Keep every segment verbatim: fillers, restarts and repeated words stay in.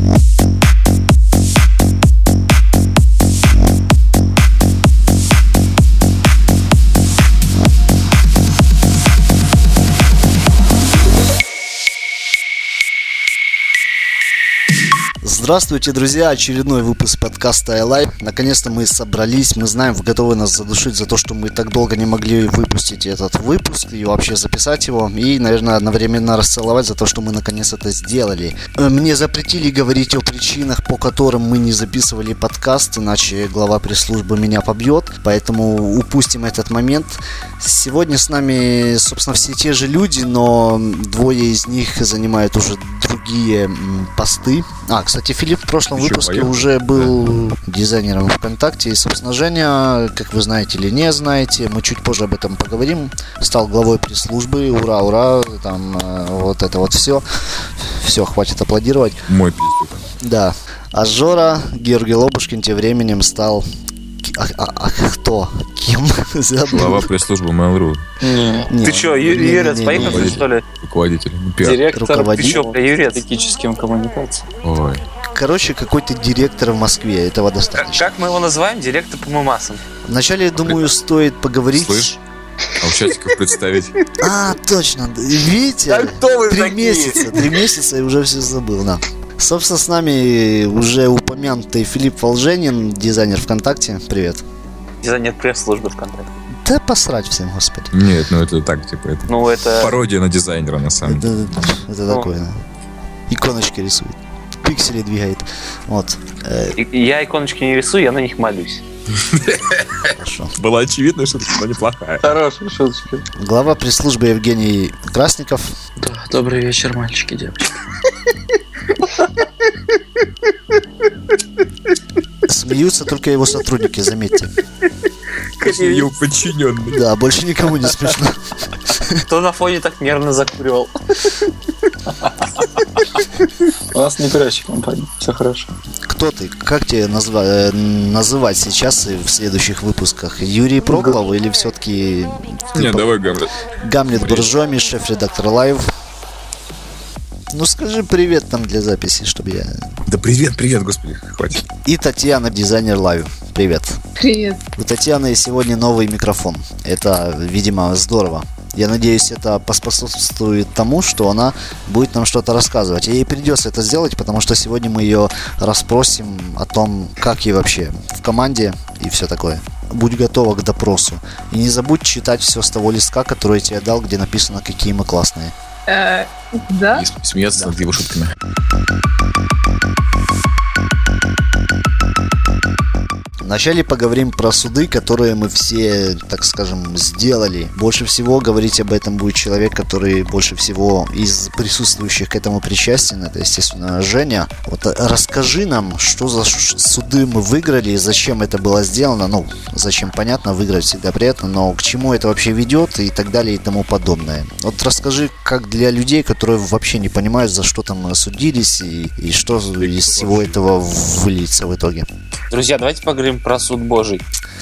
Здравствуйте, друзья! Очередной выпуск подкаста iLife. Наконец-то мы собрались, мы знаем, вы готовы нас задушить за то, что мы так долго не могли выпустить этот выпуск и вообще записать его. И, наверное, одновременно расцеловать за то, что мы наконец это сделали. Мне запретили говорить о причинах, по которым мы не записывали подкаст, иначе глава пресс-службы меня побьет. Поэтому упустим этот момент. Сегодня с нами, собственно, все те же люди, но двое из них занимают уже другие посты. А, кстати, Филипп в прошлом Ты выпуске что, уже был да. дизайнером ВКонтакте. И, собственно, Женя, как вы знаете или не знаете, мы чуть позже об этом поговорим, стал главой пресс-службы. Ура, ура, там вот это вот все. Все, хватит аплодировать. Мой пиздюк. Да. А Жора, Георгий Лобушкин, тем временем стал... А, а, а кто? Кем? Глава пресс-службы Mail.ru. Не. Ты что, Юрец, поехали, что ли? Руководитель. Директор, ты что, Юрец? Стратегическим коммуникациям. Ой. Короче, какой-то директор в Москве, этого достаточно. Как мы его называем? Директор по ММАСам. Вначале, я думаю, стоит поговорить... Слышь? А участников представить. А, точно. Видите? Три месяца. Три месяца и уже все забыл, да. Собственно, с нами уже упомянутый Филипп Волженин, дизайнер ВКонтакте. Привет. Дизайнер пресс-службы ВКонтакте. Да посрать всем, господи. Нет, ну это так, типа, это, ну, это... пародия на дизайнера, на самом деле. Это, это ну... такое, да. Иконочки рисует, пиксели двигает. Вот. Я иконочки не рисую, я на них молюсь. Хорошо. Было очевидно, что это неплохая. Хорошая шуточка. Глава пресс-службы Евгений Красников. Да, добрый вечер, мальчики, девочки. Смеются только его сотрудники, заметьте. Его подчиненные. Да, больше никому не смешно. Кто на фоне так нервно закуривал? У нас не курящая компания, все хорошо. Кто ты? Как тебя назва- называть сейчас и в следующих выпусках? Юрий Проклов или все-таки... Не, давай Гамлет. Гамлет Буржоми, шеф-редактор Live. Ну скажи привет там для записи, чтобы я... Да привет, привет, господи, хватит. И Татьяна, дизайнер Live. Привет. Привет. У Татьяны сегодня новый микрофон. Это, видимо, здорово. Я надеюсь, это поспособствует тому, что она будет нам что-то рассказывать. Ей придется это сделать, потому что сегодня мы ее расспросим о том, как ей вообще в команде и все такое. Будь готова к допросу. И не забудь читать все с того листка, который я тебе дал, где написано, какие мы классные. Э, да? И смеяться над его шутками. Вначале поговорим про суды, которые мы все, так скажем, сделали. Больше всего говорить об этом будет человек, который больше всего из присутствующих к этому причастен. Это, естественно, Женя. Вот расскажи нам, что за суды мы выиграли, зачем это было сделано. Ну, зачем, понятно, выиграть всегда приятно, но к чему это вообще ведет и так далее и тому подобное. Вот расскажи, как для людей, которые вообще не понимают, за что там судились и, и что из всего этого выльется в итоге. Друзья, давайте поговорим про суд Божий.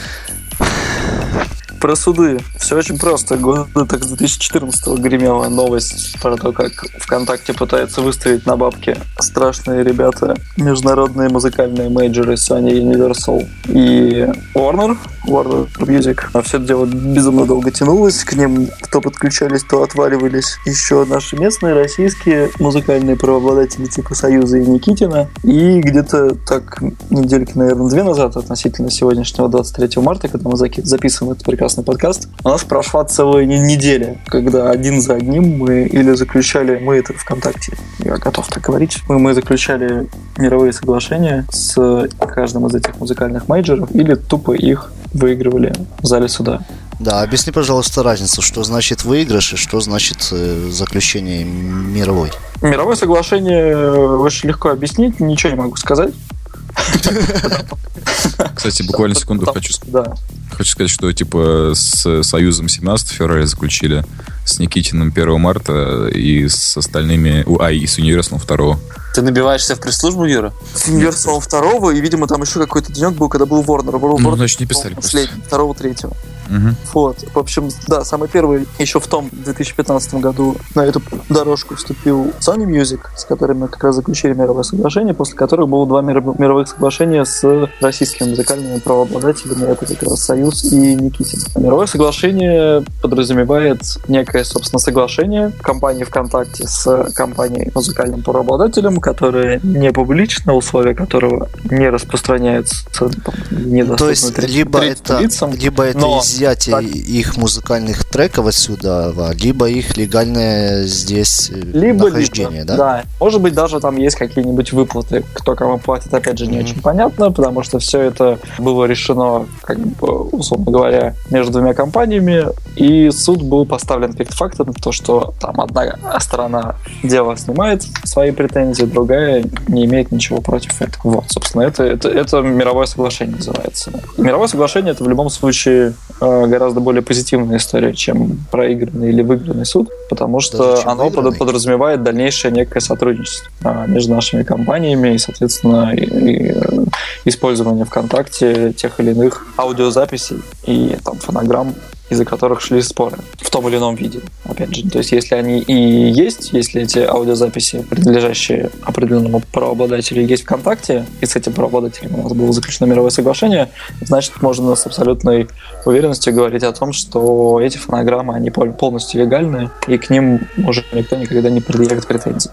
Про суды. Все очень просто. Года так с две тысячи четырнадцатого гремела новость про то, как ВКонтакте пытается выставить на бабки страшные ребята, международные музыкальные мейджоры Sony, Universal и Warner, Warner Music. А все это дело безумно долго тянулось. К ним то подключались, то отваливались еще наши местные российские музыкальные правообладатели типа Союза и Никитина. И где-то так недельки, наверное, две назад относительно сегодняшнего двадцать третьего марта, когда мы записываем этот прекрасный подкаст, у нас прошла целая неделя, когда один за одним мы или заключали, мы это ВКонтакте, я готов так говорить, мы, мы заключали мировые соглашения с каждым из этих музыкальных мейджоров или тупо их выигрывали в зале суда. Да, объясни, пожалуйста, разницу, что значит выигрыш и что значит э, заключение мировой. Мировое соглашение очень легко объяснить, ничего не могу сказать. Кстати, буквально секунду хочу сказать. Да. Хочу сказать, что типа с Союзом семнадцатого февраля заключили, с Никитиным первого марта и с остальными... А, и с Universal второго. Ты набиваешься в пресс-службу, Юра? С Universal второго, и, видимо, там еще какой-то денек был, когда был Warner. Ну, значит, не писали. Последний, второго, третьего. Угу. Вот, в общем, да, самый первый еще в том две тысячи пятнадцатом году на эту дорожку вступил Sony Music, с которыми мы как раз заключили мировое соглашение, после которых было два мировых соглашения с российскими музыкальными правообладателями, это как раз Союз и Никитин. Мировое соглашение подразумевает некое, собственно, соглашение компании ВКонтакте с компанией музыкальным правообладателем, которое не публично, условия которого не распространяются, недоступны. То есть либо это, лицам, либо это но изъятие так, их музыкальных треков отсюда, либо их легальное здесь либо, нахождение, либо, да? Да. Может быть, даже там есть какие-нибудь выплаты, кто кому платит, опять же, не mm-hmm. очень понятно, потому что все это было решено, как бы, условно говоря, между двумя компаниями, и суд был поставлен перед фактом, то, что там одна сторона дела снимает свои претензии, другая не имеет ничего против этого. Вот, собственно, это, это, это мировое соглашение называется. Мировое соглашение — это в любом случае э, гораздо более позитивная история, чем проигранный или выигранный суд, потому что оно под, подразумевает дальнейшее некое сотрудничество э, между нашими компаниями и, соответственно, и, и, э, использование ВКонтакте тех или иных аудиозаписей и там фонограмм, из-за которых шли споры в том или ином виде. Опять же, то есть если они и есть, если эти аудиозаписи, принадлежащие определенному правообладателю, есть ВКонтакте, и с этим правообладателем у нас было заключено мировое соглашение, значит, можно с абсолютной уверенностью говорить о том, что эти фонограммы, они полностью легальны, и к ним уже никто никогда не предъявит претензий.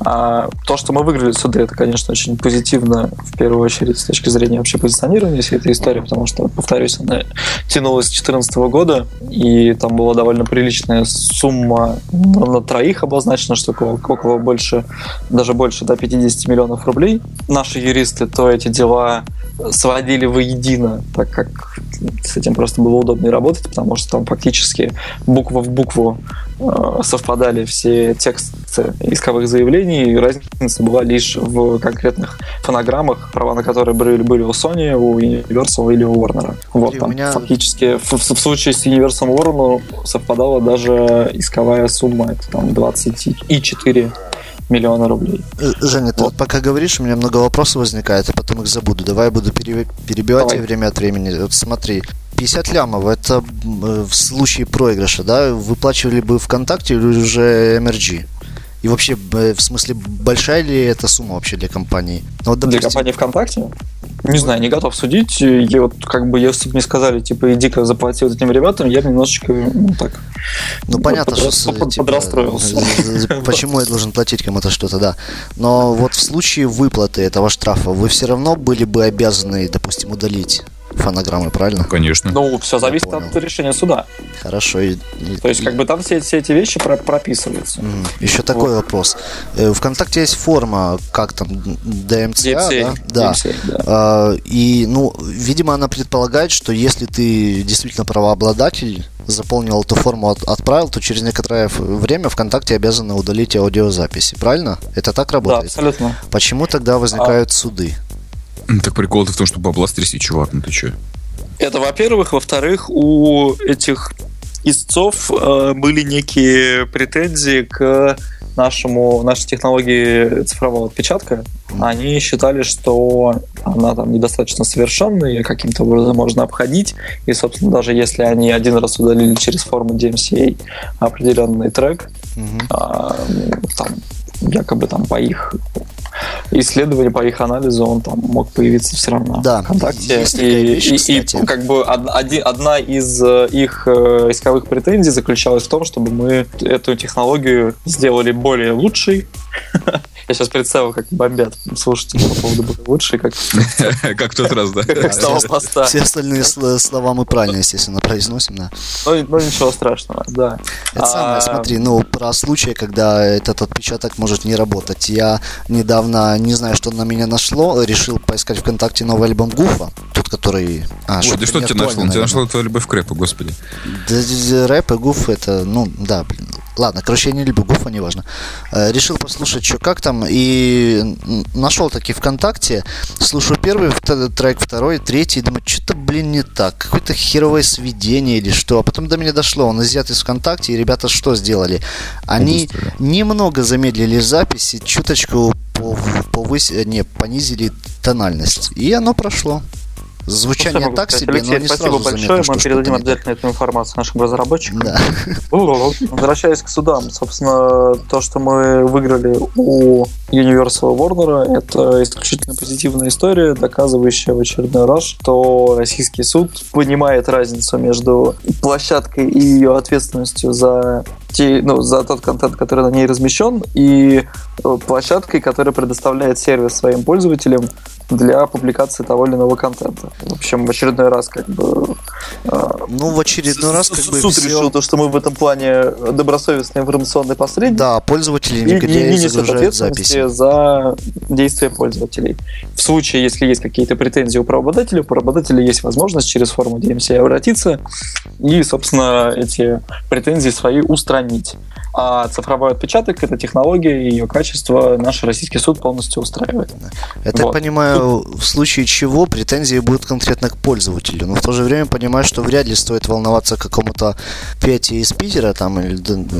А то, что мы выиграли суды, это, конечно, очень позитивно, в первую очередь, с точки зрения вообще позиционирования всей этой истории, потому что, повторюсь, она тянулась с две тысячи четырнадцатого года, и там была довольно приличная сумма на, на троих обозначена, что около, около больше, даже больше, до пятьдесят миллионов рублей. Наши юристы то эти дела сводили воедино, так как с этим просто было удобнее работать, потому что там фактически буква в букву э, совпадали все тексты исковых заявлений, и разница была лишь в конкретных фонограммах, права на которые были, были у Sony, у Universal или у Warner. Вот, там меня... фактически в, в случае с Universal Warner совпадала даже исковая сумма, это там двадцать четыре миллиона рублей. Женя, ты вот пока говоришь, у меня много вопросов возникает, а потом их забуду. Давай я буду перебивать Давай. время от времени. Вот смотри, пятьдесят лямов, это в случае проигрыша, да, выплачивали бы ВКонтакте или уже эм эр джи? И вообще, в смысле, большая ли эта сумма вообще для компании? Ну, вот, допустим... Для компании ВКонтакте? Не знаю, не готов судить. Я вот, как бы, если бы мне сказали, типа, иди-ка заплати вот этим ребятам, я бы немножечко, ну, так... Ну, понятно, под, что... под, типа, подрастроился. Почему я должен платить кому-то что-то, да. Но вот в случае выплаты этого штрафа вы все равно были бы обязаны, допустим, удалить фонограммы, правильно? Конечно. Ну, все зависит от решения суда. Хорошо. И, и, То есть, как бы там все, все эти вещи про- прописываются. Mm. Еще вот. Такой вопрос. ВКонтакте есть форма, как там, ди эм си эй, да? Да. ди эм си эй, да. А, и, ну, видимо, она предполагает, что если ты действительно правообладатель, заполнил эту форму, от, отправил, то через некоторое время ВКонтакте обязаны удалить аудиозаписи, правильно? Это так работает? Да, абсолютно. Почему тогда возникают а... суды? Так прикол-то в том, что бабла стрясти, чувак, ну ты че? Это, во-первых. Во-вторых, у этих истцов э, были некие претензии к нашему, нашей технологии цифрового отпечатка. Они считали, что она там недостаточно совершенна, ее каким-то образом можно обходить. И, собственно, даже если они один раз удалили через форму ди эм си эй определенный трек, mm-hmm. э, там, якобы там по их исследованию, по их анализу, он там мог появиться все равно да, ВКонтакте. И, вещь, и, и как бы один, одна из их исковых претензий заключалась в том, чтобы мы эту технологию сделали более лучшей. Я сейчас представил, как бомбят слушатели по поводу более лучшей, как как в тот раз, да. Все остальные слова мы правильно, естественно, произносим, да. Ну ничего страшного, да. Это самое, смотри, ну про случай, когда этот отпечаток может не работать. Я недавно, не знаю, что на меня нашло, решил поискать ВКонтакте новый альбом Гуфа, тот, который... А, Ой, да что тебя нашло? Он тебя нашел твою любовь к рэпу, господи. Да, рэп и Гуф, это, ну, да, блин. Ладно, короче, я не люблю Гуфа, неважно. Решил послушать, что как там, и нашел таки ВКонтакте, слушаю первый трек, второй, третий, думаю, что-то, блин, не так, какое-то херовое сведение или что, а потом до меня дошло, он изъят из ВКонтакте, и ребята что сделали? Они немного замедлили записи, чуточку повысили, не, понизили тональность, и оно прошло. Звучание ну, так сказать, себе, Алексей, но не спасибо сразу большое, заметно, мы что передадим что-то не обязательно эту информацию нашим разработчикам. Да. Возвращаясь к судам, собственно, то, что мы выиграли у Universal Warner, это исключительно позитивная история, доказывающая в очередной раз, что российский суд понимает разницу между площадкой и ее ответственностью за, те, ну, за тот контент, который на ней размещен, и площадкой, которая предоставляет сервис своим пользователям для публикации того или иного контента. В общем, в очередной раз как бы... Ну, в очередной раз как бы суд все... решил то, что мы в этом плане добросовестный информационный посредник. Да, пользователи и негодяи не несет загружают записи. ответственности за действия пользователей. В случае, если есть какие-то претензии у правообладателя, у правообладателя есть возможность через форму ди эм си ай обратиться и, собственно, эти претензии свои устранить. А цифровой отпечаток — это технология, и ее качество наш российский суд полностью устраивает. Я так Вот. понимаю, в случае чего претензии будут конкретно к пользователю, но в то же время понимаю, что вряд ли стоит волноваться какому-то Пете из Питера там, или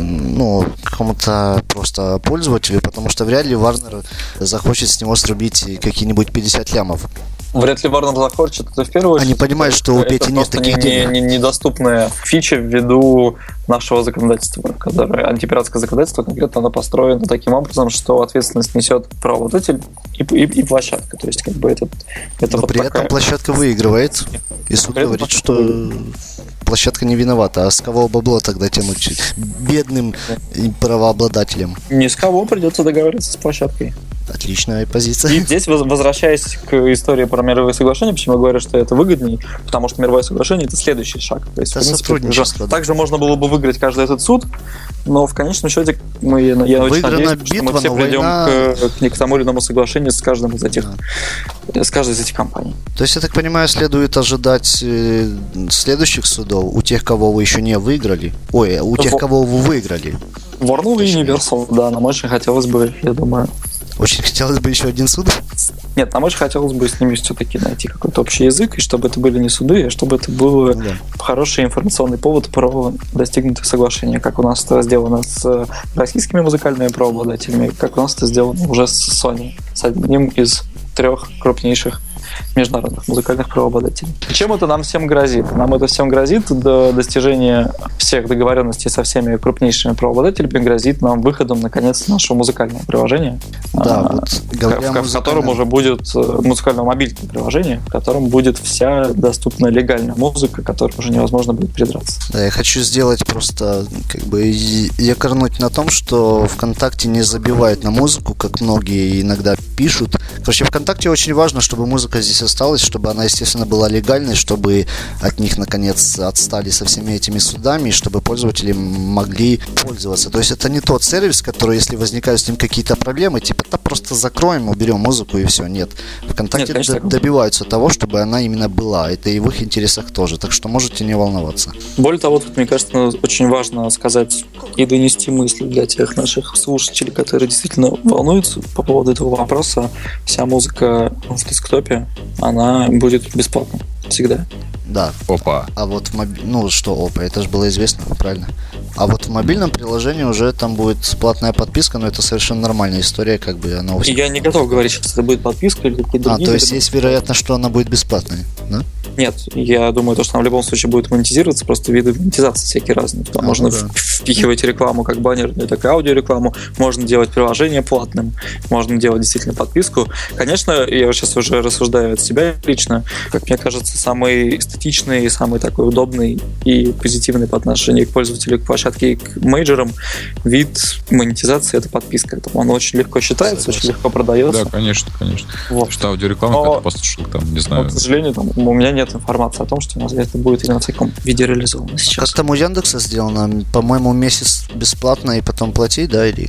ну, какому-то просто пользователю, потому что вряд ли Warner захочет с него срубить какие-нибудь пятьдесят лямов. Вряд ли Warner захочет это в первую очередь. Они понимают, что у это Пети нет таких не, денег. Не, не, недоступная фича ввиду нашего законодательства, которое антипиратское законодательство, конкретно оно построено таким образом, что ответственность несет правообладатель и, и, и площадка. То есть, как бы этот, это Но вот при такая... этом площадка выигрывает, и суд При говорит, этом что площадка не виновата. А с кого бабло тогда тянуть? Бедным правообладателям. Ни с кого придется договариваться с площадкой. Отличная позиция. И здесь, возвращаясь к истории про мировые соглашения, почему я говорю, что это выгоднее, потому что мировое соглашение — это следующий шаг. То есть, Это в принципе, сотрудничество, да. также можно было бы выиграть каждый этот суд, но в конечном счете мы, я очень Выиграна надеюсь, битва, что мы все но придем война... к, к тому или иному соглашению с каждым из этих, Да. с каждой из этих компаний. То есть, я так понимаю, следует ожидать э, следующих судов у тех, кого вы еще не выиграли. Ой, у тех, Во- кого вы выиграли. Warner и Universal, да, нам очень хотелось бы, я думаю. Очень хотелось бы еще один суд. Нет, нам очень хотелось бы с ними все-таки найти какой-то общий язык, и чтобы это были не суды, а чтобы это был Ну да. хороший информационный повод про достигнутые соглашения, как у нас это сделано с российскими музыкальными правообладателями, как у нас это сделано уже с Sony, с одним из трех крупнейших международных музыкальных правообладателей. Чем это нам всем грозит? Нам это всем грозит до достижения всех договоренностей со всеми крупнейшими правообладателями, грозит нам выходом, наконец, нашего музыкального приложения, Да, а, вот в, говоря в, о в котором музыкальном- уже будет э, музыкальное мобильное приложение, в котором будет вся доступная легальная музыка, к которой уже невозможно будет придраться. Да, я хочу сделать просто, как бы, и- якорнуть на том, что ВКонтакте не забивает на музыку, как многие иногда пишут. Короче, ВКонтакте очень важно, чтобы музыка здесь осталась, чтобы она, естественно, была легальной, чтобы от них, наконец, отстали со всеми этими судами, и чтобы пользователи могли пользоваться. То есть это не тот сервис, который, если возникают с ним какие-то проблемы, типа, да просто закроем, уберем музыку и все. Нет. ВКонтакте Нет, конечно, д- добиваются того, чтобы она именно была. Это и в их интересах тоже. Так что можете не волноваться. Более того, тут, мне кажется, очень важно сказать и донести мысли для тех наших слушателей, которые действительно волнуются по поводу этого вопроса. Вся музыка в десктопе, она будет бесплатна всегда. Да. Опа. А вот в моби... ну что, опа, это же было известно, правильно? А вот в мобильном приложении уже там будет платная подписка, но это совершенно нормальная история, как бы она у И всех. я не готов говорить, что это будет подписка или какие-то А, другие. то есть виды. есть вероятность, что она будет бесплатной, да? Нет, я думаю, то, что она в любом случае будет монетизироваться, просто виды монетизации всякие разные. Там А, можно ну да. в- впихивать рекламу как баннерную, так и аудиорекламу, можно делать приложение платным, можно делать действительно подписку. Конечно, я сейчас уже рассуждаю от себя лично, как мне кажется, самый эстетичный, самый такой удобный и позитивный по отношению к пользователю, к площадке и к мейджорам вид монетизации — это подписка. Там он очень легко считается, Согласен. очень легко продается. Да, конечно, конечно. Вот. Что аудиореклама, Но- когда послушал, там, не Но, знаю. к сожалению, там, у меня нет информации о том, что у нас это будет именно в таком виде реализовано сейчас. Как там у Яндекса сделано? По-моему, месяц бесплатно и потом платить, да, или...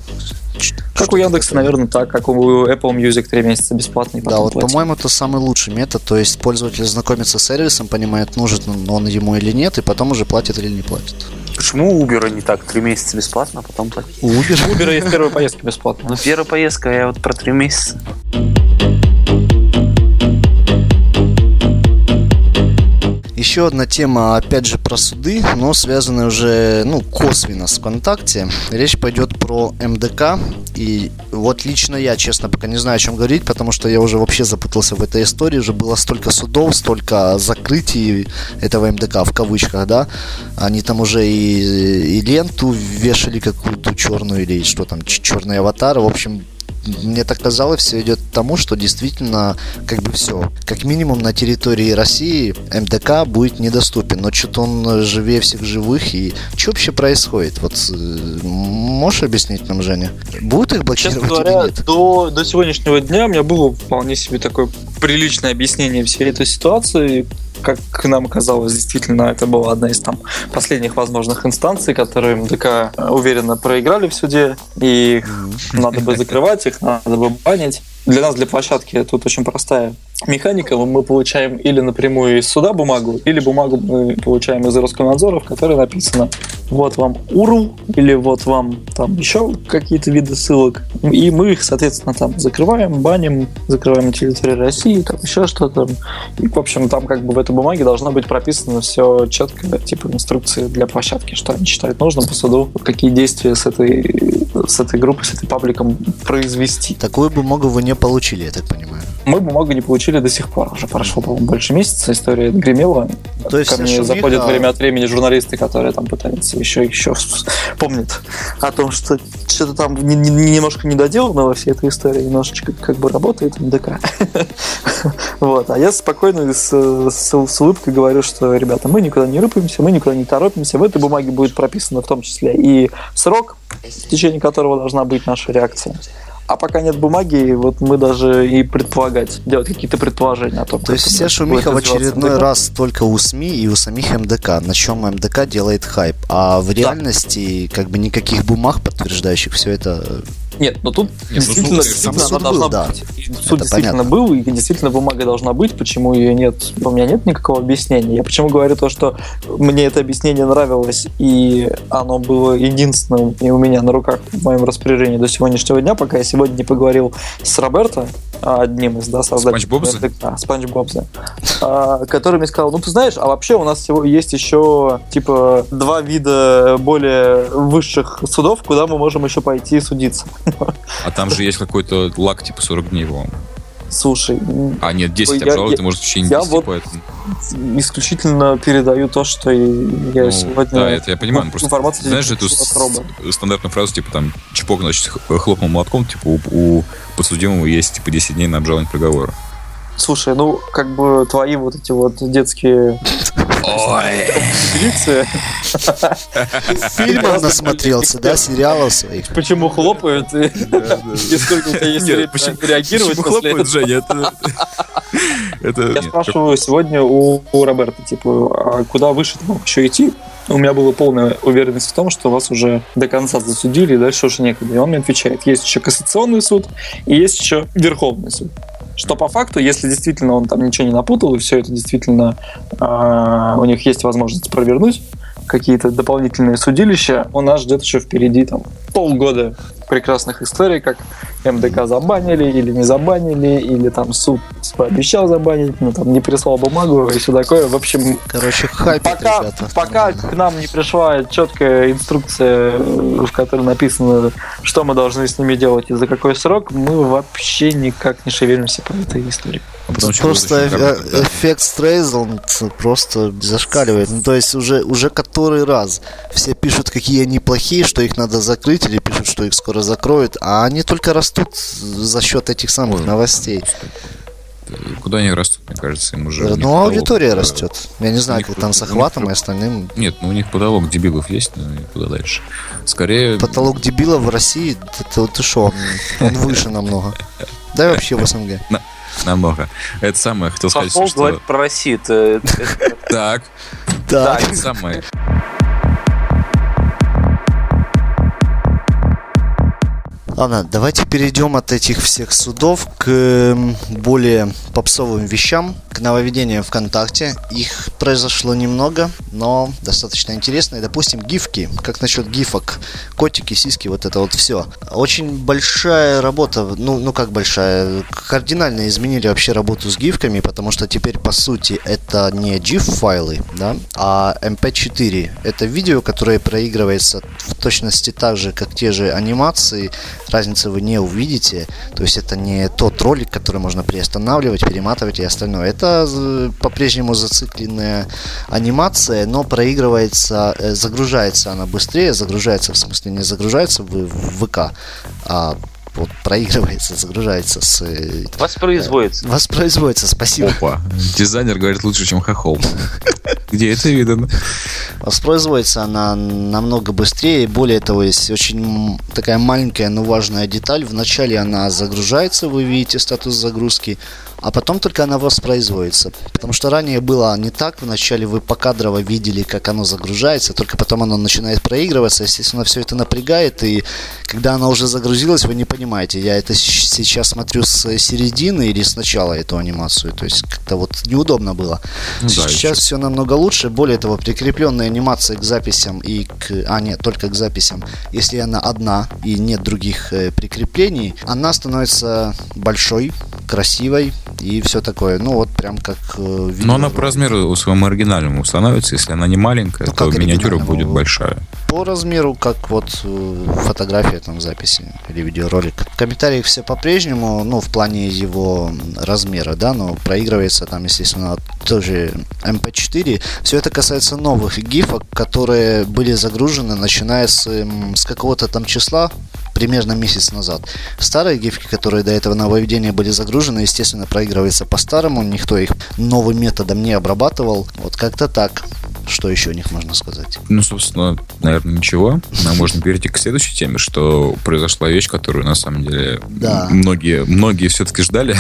Как у Яндекса, наверное, так, как у Apple Music три месяца бесплатно и потом Да, вот, платить. по-моему, это самый лучший метод. То есть пользователь знакомится с сервисом, понимает, нужен он ему или нет, и потом уже платит или не платит. Почему у Uber не так? Три месяца бесплатно, а потом платить? У Uber. У Uber есть первая поездка бесплатно. Ну, первая поездка, я вот про три месяца. Еще одна тема, опять же, про суды, но связанная уже, ну, косвенно с ВКонтакте. Речь пойдет про эм дэ ка и И вот лично я, честно, пока не знаю, о чем говорить, потому что я уже вообще запутался в этой истории. Уже было столько судов, столько закрытий этого эм дэ ка, в кавычках, да. Они там уже и, и ленту вешали какую-то черную, или что там, черный аватар. В общем, мне так казалось, все идет к тому, что действительно, как бы все, как минимум на территории России эм дэ ка будет недоступен, но что-то он живее всех живых, и что вообще происходит? Вот можешь объяснить нам, Женя? Будут их блокировать Честно говоря, или нет? До, до сегодняшнего дня у меня было вполне себе такое приличное объяснение всей этой ситуации. Как нам казалось, действительно, это была одна из там последних возможных инстанций, которые эм дэ ка уверенно проиграли в суде, и их надо бы закрывать, их надо бы банить. Для нас, для площадки, тут очень простая механика. Мы получаем или напрямую из суда бумагу, или бумагу мы получаем из Роскомнадзора, в которой написано: вот вам ю ар эл, или вот вам там еще какие-то виды ссылок. И мы их, соответственно, там закрываем, баним, закрываем на территории России, там еще что-то. И, в общем, там как бы в этой бумаге должно быть прописано все четко, типа инструкции для площадки, что они считают нужным по суду, какие действия с этой, с этой группой, с этой пабликом произвести. Такую бумагу вы не получили, я так понимаю. Мы бумагу не получили до сих пор. Уже прошло, по-моему, больше месяца, история гремела. То есть ко мне шумиха... заходят время от времени журналисты, которые там пытаются еще, еще помнят о том, что что-то там не, не, немножко недоделано во всей этой истории, немножечко как бы работает эм дэ ка. Вот. А я спокойно с, с, с улыбкой говорю, что, ребята, мы никуда не рыпаемся, мы никуда не торопимся. В этой бумаге будет прописано в том числе и срок, в течение которого должна быть наша реакция. А пока нет бумаги, вот мы даже и предполагать, делать какие-то предположения о том, то есть вся шумиха в очередной раз только у СМИ и у самих эм дэ ка, на чем эм дэ ка делает хайп, а в реальности да. как бы никаких бумаг, подтверждающих все это. Нет, но тут Нет, действительно, ну, действительно суд она должна был, да. быть. Суд Это действительно понятно. был, и действительно бумага должна быть. Почему ее нет? У меня нет никакого объяснения. Я почему говорю то, что мне это объяснение нравилось, и оно было единственным и у меня на руках в моем распоряжении до сегодняшнего дня, пока я сегодня не поговорил с Роберто, одним из да, создателей Спанч Бобза? Да, Спанч Бобза, который мне сказал: ну ты знаешь, а вообще у нас всего есть еще типа два вида более высших судов, куда мы можем еще пойти судиться. А там же есть какой-то лак типа сорок дней, по-моему. Слушай, А, нет, десять я, обжалуй, я, ты можешь в течение я десяти, вот поэтому... исключительно передаю то, что я Ну, сегодня... да, это я понимаю. Просто, информацию знаешь, эту с- стандартную фразу, типа там, чпок, значит, х- хлопнул молотком, типа у, у подсудимого есть типа десять дней на обжалование приговора. Слушай, ну, как бы твои вот эти вот детские... Ой! Фильмов насмотрелся, да, сериалов своих. Почему хлопают? И и сколько у тебя есть Нет, времени почему- реагировать Почему после хлопают, этого? Женя? Это... это- Я нет, спрашиваю сегодня у, у Роберта, типа, а куда выше ты мог еще идти? У меня была полная уверенность в том, что вас уже до конца засудили, и дальше уже некуда. И он мне отвечает: есть еще кассационный суд и есть еще Верховный суд. Что по факту, если действительно он там ничего не напутал, и все это действительно э, у них есть возможность провернуть какие-то дополнительные судилища, у нас ждет еще впереди там полгода прекрасных историй, как эм дэ ка забанили или не забанили, или там суд пообещал забанить, но там не прислал бумагу и все такое. В общем, Короче, хайпит, пока, ребята. пока к нам не пришла четкая инструкция, в которой написано, что мы должны с ними делать и за какой срок, мы вообще никак не шевелимся по этой истории. а потом еще Просто будет очень э- короткий, да. эффект Стрейзланд просто зашкаливает. Ну, то есть уже, уже который раз все пишут, какие они плохие, что их надо закрыть, или пишут, что их скоро закроют, а они только растут за счет этих самых Ой, новостей. Куда они растут, мне кажется, им уже... у них Ну, потолок, аудитория э, растет. Я не знаю, них как там с у них охватом про- и остальным. Нет, ну у них потолок дебилов есть, но и куда дальше. Скорее... Потолок дебилов в России, ты, ты, ты шо, он, он выше намного. Да и вообще в СНГ. Намного. Это самое, хотел сказать, Попов что... говорит про Россию. Это, это- это- Так, Да. это самое... Ладно, давайте перейдем от этих всех судов к м, более попсовым вещам. к нововведениям ВКонтакте. Их произошло немного, но достаточно интересно. И, допустим, гифки. Как насчет гифок? Котики, сиськи, вот это вот все. Очень большая работа, ну, ну как большая, кардинально изменили вообще работу с гифками, потому что теперь, по сути, это не джиф-файлы, да, а эм пи четыре. Это видео, которое проигрывается в точности так же, как те же анимации. Разницы вы не увидите. То есть это не тот ролик, который можно приостанавливать, перематывать и остальное. Это по-прежнему зацикленная анимация, но проигрывается, загружается она быстрее, загружается, в смысле не загружается в, в ВК, а вот проигрывается, загружается с... Воспроизводится. Воспроизводится, спасибо. Опа, дизайнер говорит лучше, чем хохол. Где это видно? Воспроизводится она намного быстрее. Более того, есть очень такая маленькая, но важная деталь. Вначале она загружается, вы видите статус загрузки, а потом только она воспроизводится. Потому что ранее было не так. Вначале вы покадрово видели, как оно загружается, только потом оно начинает проигрываться. Естественно, все это напрягает, и когда оно уже загрузилось, вы не понимаете, я это сейчас смотрю с середины или с начала эту анимацию. То есть как-то вот неудобно было. Ну, да, сейчас все намного лучше. Более того, прикрепленные анимации к записям и к... А, нет, только к записям. Если она одна и нет других э, прикреплений, она становится большой, красивой и все такое. Ну, вот прям как э, видео. Но она по размеру своему оригинальному становится. Если она не маленькая, ну, то миниатюра будет большая. По размеру, как вот э, фотография там записи или видеоролик. В комментариях все по-прежнему, ну, в плане его размера, да, но проигрывается там, естественно, тоже эм пи четыре. Все это касается новых гифок, которые были загружены, начиная с, с какого-то там числа, примерно месяц назад. Старые гифки, которые до этого нововведения были загружены, естественно, проигрываются по-старому, никто их новым методом не обрабатывал. Вот как-то так. Что еще о них можно сказать? Ну, собственно, наверное, ничего. Нам можно перейти к следующей теме, что произошла вещь, которую, на самом деле, да. многие, многие все-таки ждали,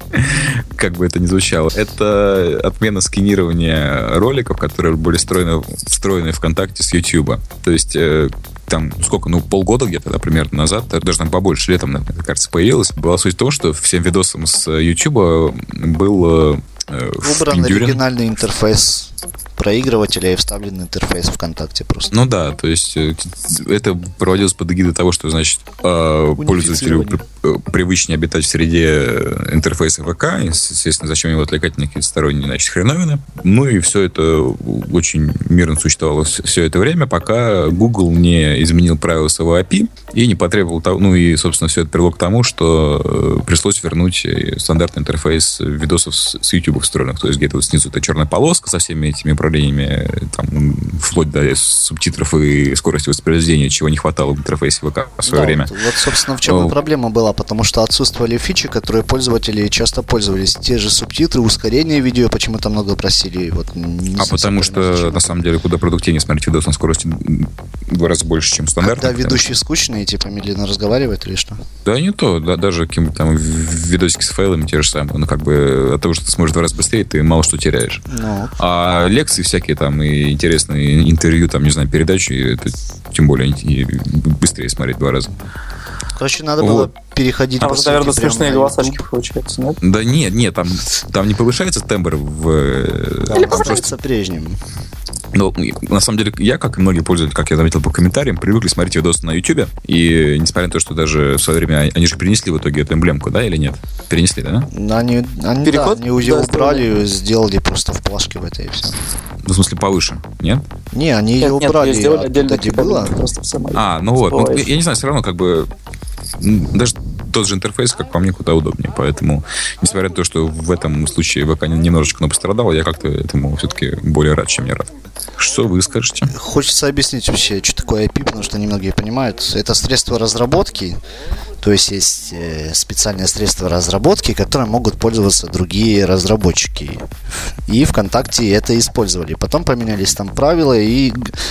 как бы это ни звучало. Это отмена сканирования роликов, которые были встроены, встроены в ВКонтакте с YouTube. То есть... там, сколько, ну, полгода где-то, да, примерно назад, даже там побольше летом, наверное, кажется, появилась. Была суть в том, что всем видосам с YouTube был э, выбран оригинальный интерфейс проигрывателя и вставленный интерфейс ВКонтакте просто. Ну да, то есть это проводилось под эгидой того, что, значит, пользователю привычнее обитать в среде интерфейса ВК, естественно, зачем его отвлекать на какие-то сторонние, значит, хреновины. Ну и все это очень мирно существовало все это время, пока Google не изменил правила своего эй пи ай и не потребовал того, ну и, собственно, все это привело к тому, что пришлось вернуть стандартный интерфейс видосов с YouTube встроенных, то есть где-то вот снизу это черная полоска со всеми этими управлениями, там, вплоть до субтитров и скорости воспроизведения, чего не хватало в интерфейсе ВК в свое да, время. Вот, вот, собственно, в чем О. и проблема была, потому что отсутствовали фичи, которые пользователи часто пользовались. Те же субтитры, ускорение видео почему-то много просили. Вот, а потому что, зачем. На самом деле, куда продуктивнее смотреть видос на скорости в два раза больше, чем стандартно. Когда ведущий что... скучный, типа медленно разговаривает или что? Да не то, да, даже какие-то там видосики с файлами те же самые. Ну, как бы от того, что ты смотришь в два раза быстрее, ты мало что теряешь. Ну. А лекции всякие там и интересные интервью, там, не знаю, передачи, это тем более и быстрее смотреть в два раза. Короче, надо вот. было переходить... А вот, наверное, смешные голосочки получаются, нет? Да нет, нет, там, там не повышается тембр в... Да, он остается прежним. Но, на самом деле, я, как и многие пользователи, как я заметил по комментариям, привыкли смотреть видосы на YouTube. И несмотря на то, что даже в свое время они же перенесли в итоге эту эмблемку, да, или нет? Перенесли, да? Они, они, Переход? Да, они ее да, убрали, сделали просто в плашке в этой и все. В смысле, повыше, нет? Не, они нет, ее убрали. Нет, сделали отдельно, где было. А, ну вот. Ну, я не знаю, все равно как бы... Даже тот же интерфейс, как по мне, куда удобнее. Поэтому, несмотря на то, что в этом случае ВК немножечко но пострадал, я как-то этому все-таки более рад, чем не рад. Что вы скажете? Хочется объяснить вообще, что такое эй пи ай, потому что немногие понимают. Это средство разработки, то есть есть специальные средства разработки, которым могут пользоваться другие разработчики. И ВКонтакте это использовали. Потом поменялись там правила, и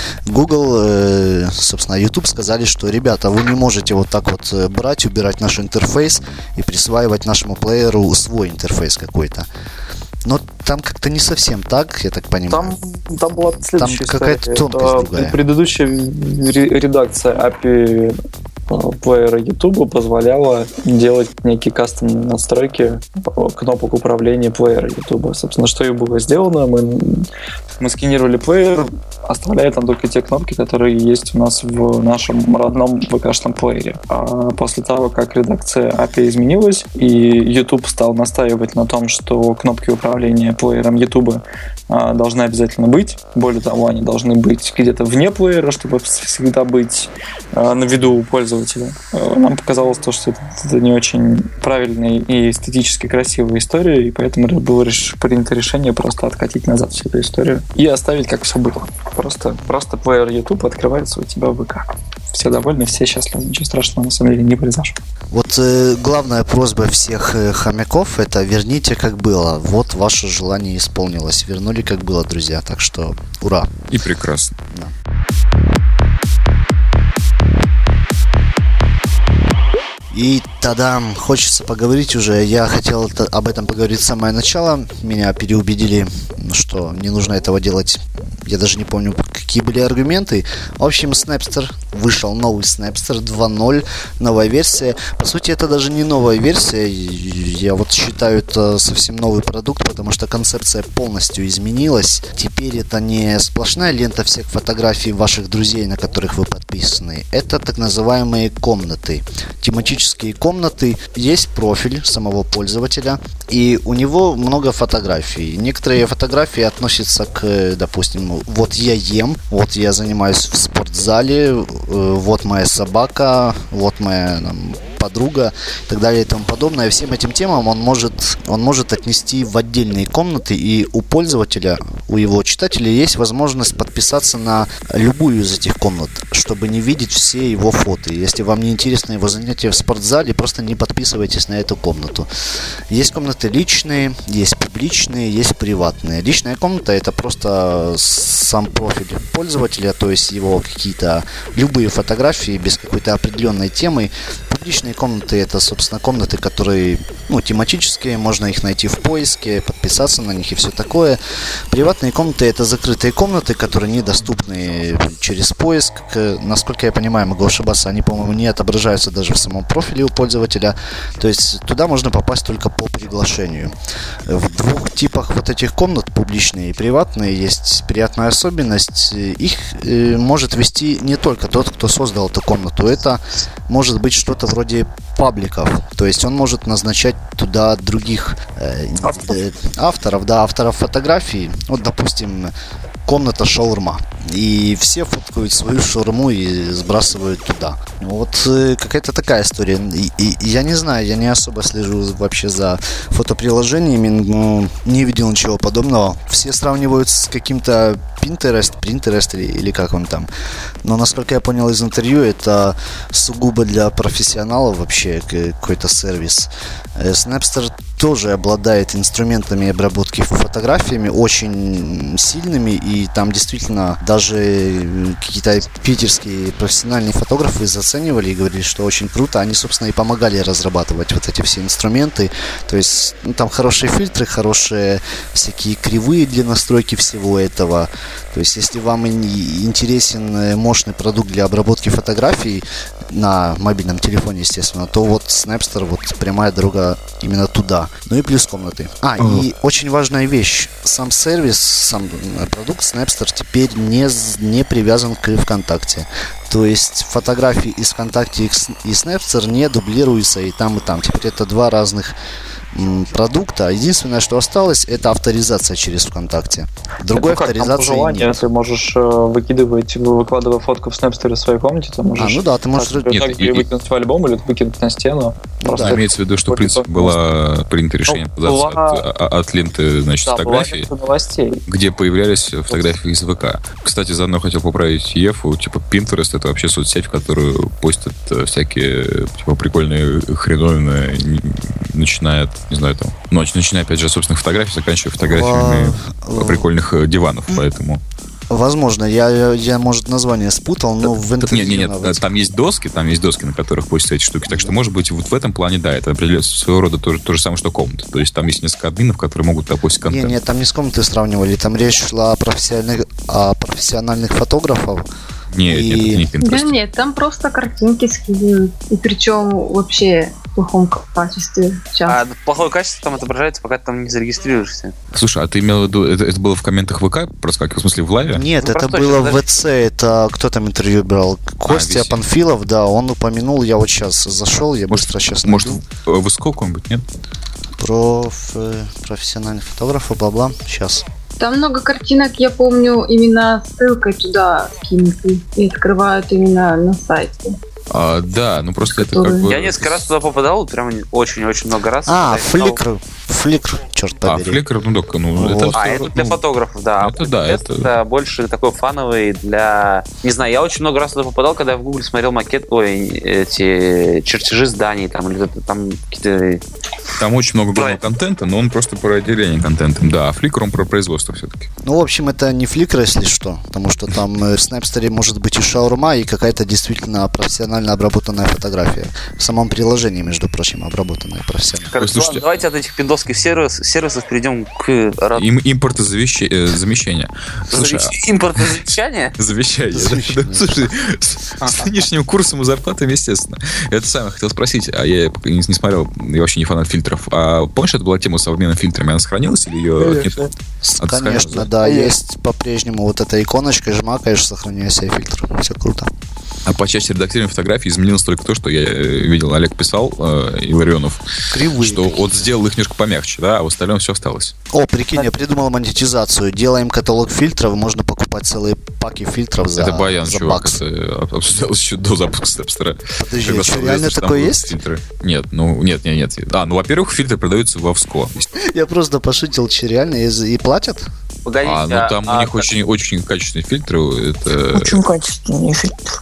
Google, собственно, YouTube сказали, что, ребята, вы не можете вот так вот брать, убирать наш интерфейс и присваивать нашему плееру свой интерфейс какой-то. Но там как-то не совсем так, я так понимаю. Там, там была следующая там какая-то тонкость другая. Предыдущая редакция эй пи ай плеера YouTube позволяла делать некие кастомные настройки кнопок управления плеера YouTube. Собственно, что и было сделано. Мы, мы сканировали плеер, оставляя там только те кнопки, которые есть у нас в нашем родном ви кей-шном плеере. А после того, как редакция эй пи ай изменилась, и YouTube стал настаивать на том, что кнопки управления плеером YouTube а, должны обязательно быть. Более того, они должны быть где-то вне плеера, чтобы всегда быть а, на виду у пользователя. А, нам показалось то, что это, это не очень правильная и эстетически красивая история, и поэтому было реш... принято решение просто откатить назад всю эту историю и оставить, как все было. Просто, просто плеер YouTube открывается у тебя в ВК. Все довольны, все счастливы. Ничего страшного на самом деле не произошло. Вот э, главная просьба всех э, хомяков — это верните как было. Вот ваше желание исполнилось. Вернули как было, друзья. Так что ура. И прекрасно. Да. И тогда хочется поговорить уже. Я хотел об этом поговорить с самого начала. Меня переубедили, что не нужно этого делать. Я даже не помню, какие были аргументы. В общем, Snapster. Вышел новый Snapster два ноль. Новая версия. По сути, это даже не новая версия. Я вот считаю, это совсем новый продукт, потому что концепция полностью изменилась. Теперь это не сплошная лента всех фотографий ваших друзей, на которых вы подписаны. Это так называемые комнаты. Тематические комнаты. Есть профиль самого пользователя, и у него много фотографий. Некоторые фотографии относятся к, допустим, вот я ем, вот я занимаюсь в спортзале, вот моя собака, вот моя там, подруга и так далее и тому подобное. Всем этим темам он может, он может отнести в отдельные комнаты, и у пользователя, у его читателя есть возможность подписаться на любую из этих комнат, чтобы не видеть все его фото. Если вам не интересно его занятие в спортзале, просто не подписывайтесь на эту комнату. Есть комнаты личные, есть публичные, есть приватные. Личная комната — это просто сам профиль пользователя, то есть его какие-то любые фотографии без какой-то определенной темы. Публичные комнаты — это, собственно, комнаты, которые, ну, тематические, можно их найти в поиске, подписаться на них и все такое. Приватные комнаты — это закрытые комнаты, которые недоступны через поиск. Насколько я понимаю, могу ошибаться, они, по-моему, не отображаются даже в самом профиле у пользователя. То есть туда можно попасть только по приглашению. В двух типах вот этих комнат, публичные и приватные, есть приятная особенность. Их э, может вести не только тот, кто создал эту комнату. Это может быть что-то вроде пабликов. То есть он может назначать туда других э, э, авторов, да, авторов фотографий. Вот, допустим, комната шаурма. И все фоткают свою шаурму и сбрасывают туда. Вот э, какая-то такая история. И, и, я не знаю, я не особо слежу вообще за фотоприложениями, но не видел ничего подобного. Все сравнивают с каким-то Pinterest, Pinterest или, или как он там. Но, насколько я понял из интервью, это сугубо для профессионалов вообще какой-то сервис. Snapster тоже обладает инструментами обработки фотографиями очень сильными, и там действительно даже какие-то питерские профессиональные фотографы заценивали и говорили, что очень круто. Они, собственно, и помогали разрабатывать вот эти все инструменты. То есть, ну, там хорошие фильтры, хорошие всякие кривые для настройки всего этого. То есть, если вам интересен мощный продукт для обработки фотографий на мобильном телефоне, естественно, то вот Snapster, вот прямая дорога именно туда. Ну и плюс комнаты. А, uh-huh. и очень важная вещь. Сам сервис, сам продукт Snapster теперь не, не привязан к ВКонтакте. То есть фотографии из ВКонтакте и Snapster не дублируются и там, и там. Теперь это два разных продукта. Единственное, что осталось, это авторизация через ВКонтакте. Другой это авторизации как, нет. Ты можешь выкидывать, выкладывая фотку в Snapster в своей комнате, ты можешь... А, ну да, ты можешь... Нет, и, выкинуть в альбом или выкинуть на стену. Ну, да, имеется в виду, что, в принципе, было принято решение отказаться была... от, от ленты, значит, да, фотографий, где появлялись фотографии из ВК. Кстати, заодно хотел поправить Ефу, типа, Pinterest — это вообще соцсеть, в которую постят всякие, типа, прикольные хреновины, начиная от, не знаю, там, ну, начиная, опять же, собственных фотографий, заканчивая фотографиями Во... прикольных диванов, поэтому... Возможно, я, я, может, название спутал, но в интернете... Нет, нет, нет, там есть доски, там есть доски, на которых постят эти штуки, так что, может быть, вот в этом плане, да, это своего рода то, то же самое, что комната. То есть там есть несколько админов, которые могут постить контент. Нет, нет, там не с комнаты сравнивали, там речь шла о профессиональных, о профессиональных фотографах, Нет, И- нет, это не Да Pinterest. нет, там просто картинки скидывают. И причем вообще в плохом качестве А сейчас. плохое качество там отображается, пока ты там не зарегистрируешься. Слушай, а ты имел в виду, это, это было в комментах ВК проскакивало, в смысле в лайве? Нет, Ну, это просто было очень в ВЦ, это кто там интервью брал? Костя висит. Панфилов, да, он упомянул, я вот сейчас зашел, я Может, быстро сейчас Может, найду. в в ИСКО какой-нибудь, нет? Проф, э, профессиональный фотограф, бла-бла, сейчас. Там много картинок, я помню, именно ссылкой туда кинуты и открывают именно на сайте. А, да, ну просто это Которые- как бы... Я несколько раз туда попадал, прям очень-очень много раз. А, Когда я искал- Фликр, Фликр, черт А, побери. Фликр, ну так, ну, Вот. это... А, всё, это для ну, фотографов, да. это да, Pinterest это- это больше такой фановый для... Не знаю, я очень много раз туда попадал, когда я в Google смотрел макет, ой, эти чертежи зданий, там, или это- там какие-то... Там очень много Про- контента, но он просто про отделение контентом. Да, а Фликр, он про производство все-таки. Ну, в общем, это не Фликр, если что, потому что там э, в Снэпстере может быть и шаурма, и какая-то действительно профессионально обработанная фотография. В самом приложении, между прочим, обработанная профессионально. Короче, слушайте- ладно, давайте от этих пиндосских сервис- сервисов перейдем к рад- Им, импортозамещение. Слушай, завещ- импортозамещания. а- завещание. да, Завещание. да. Слушай, с, с нынешним курсом и зарплатами, естественно. Это самое хотел спросить, а я пока не, не смотрел, я вообще не фанат фильтров. А помнишь, это была тема с обменом фильтрами? Она сохранилась или ее нет? С- А ты Конечно, скажешь, да, Есть. есть по-прежнему вот эта иконочка, жмакаешь, сохраняя себе фильтр. Все круто. А по части редактирования фотографий изменилось только то, что я э, видел, Олег писал, э, Илларионов, Кривые. что вот сделал их немножко помягче, да, а в остальном все осталось. О, прикинь, я придумал монетизацию. Делаем каталог фильтров, можно покупать целые паки фильтров за, это Баян, за чувак, бакс. это обсуждалось еще до запуска Степстера. Подожди, Когда а что, стало реально известно, что там такое будут есть? фильтры. Нет, ну, нет, нет, нет. А, ну, во-первых, фильтры продаются в Овско. Я просто пошутил, че реально, и, и платят? Погодите, А, ну, там а у них так- очень, очень качественные фильтры. Это... Очень качественный фильтр.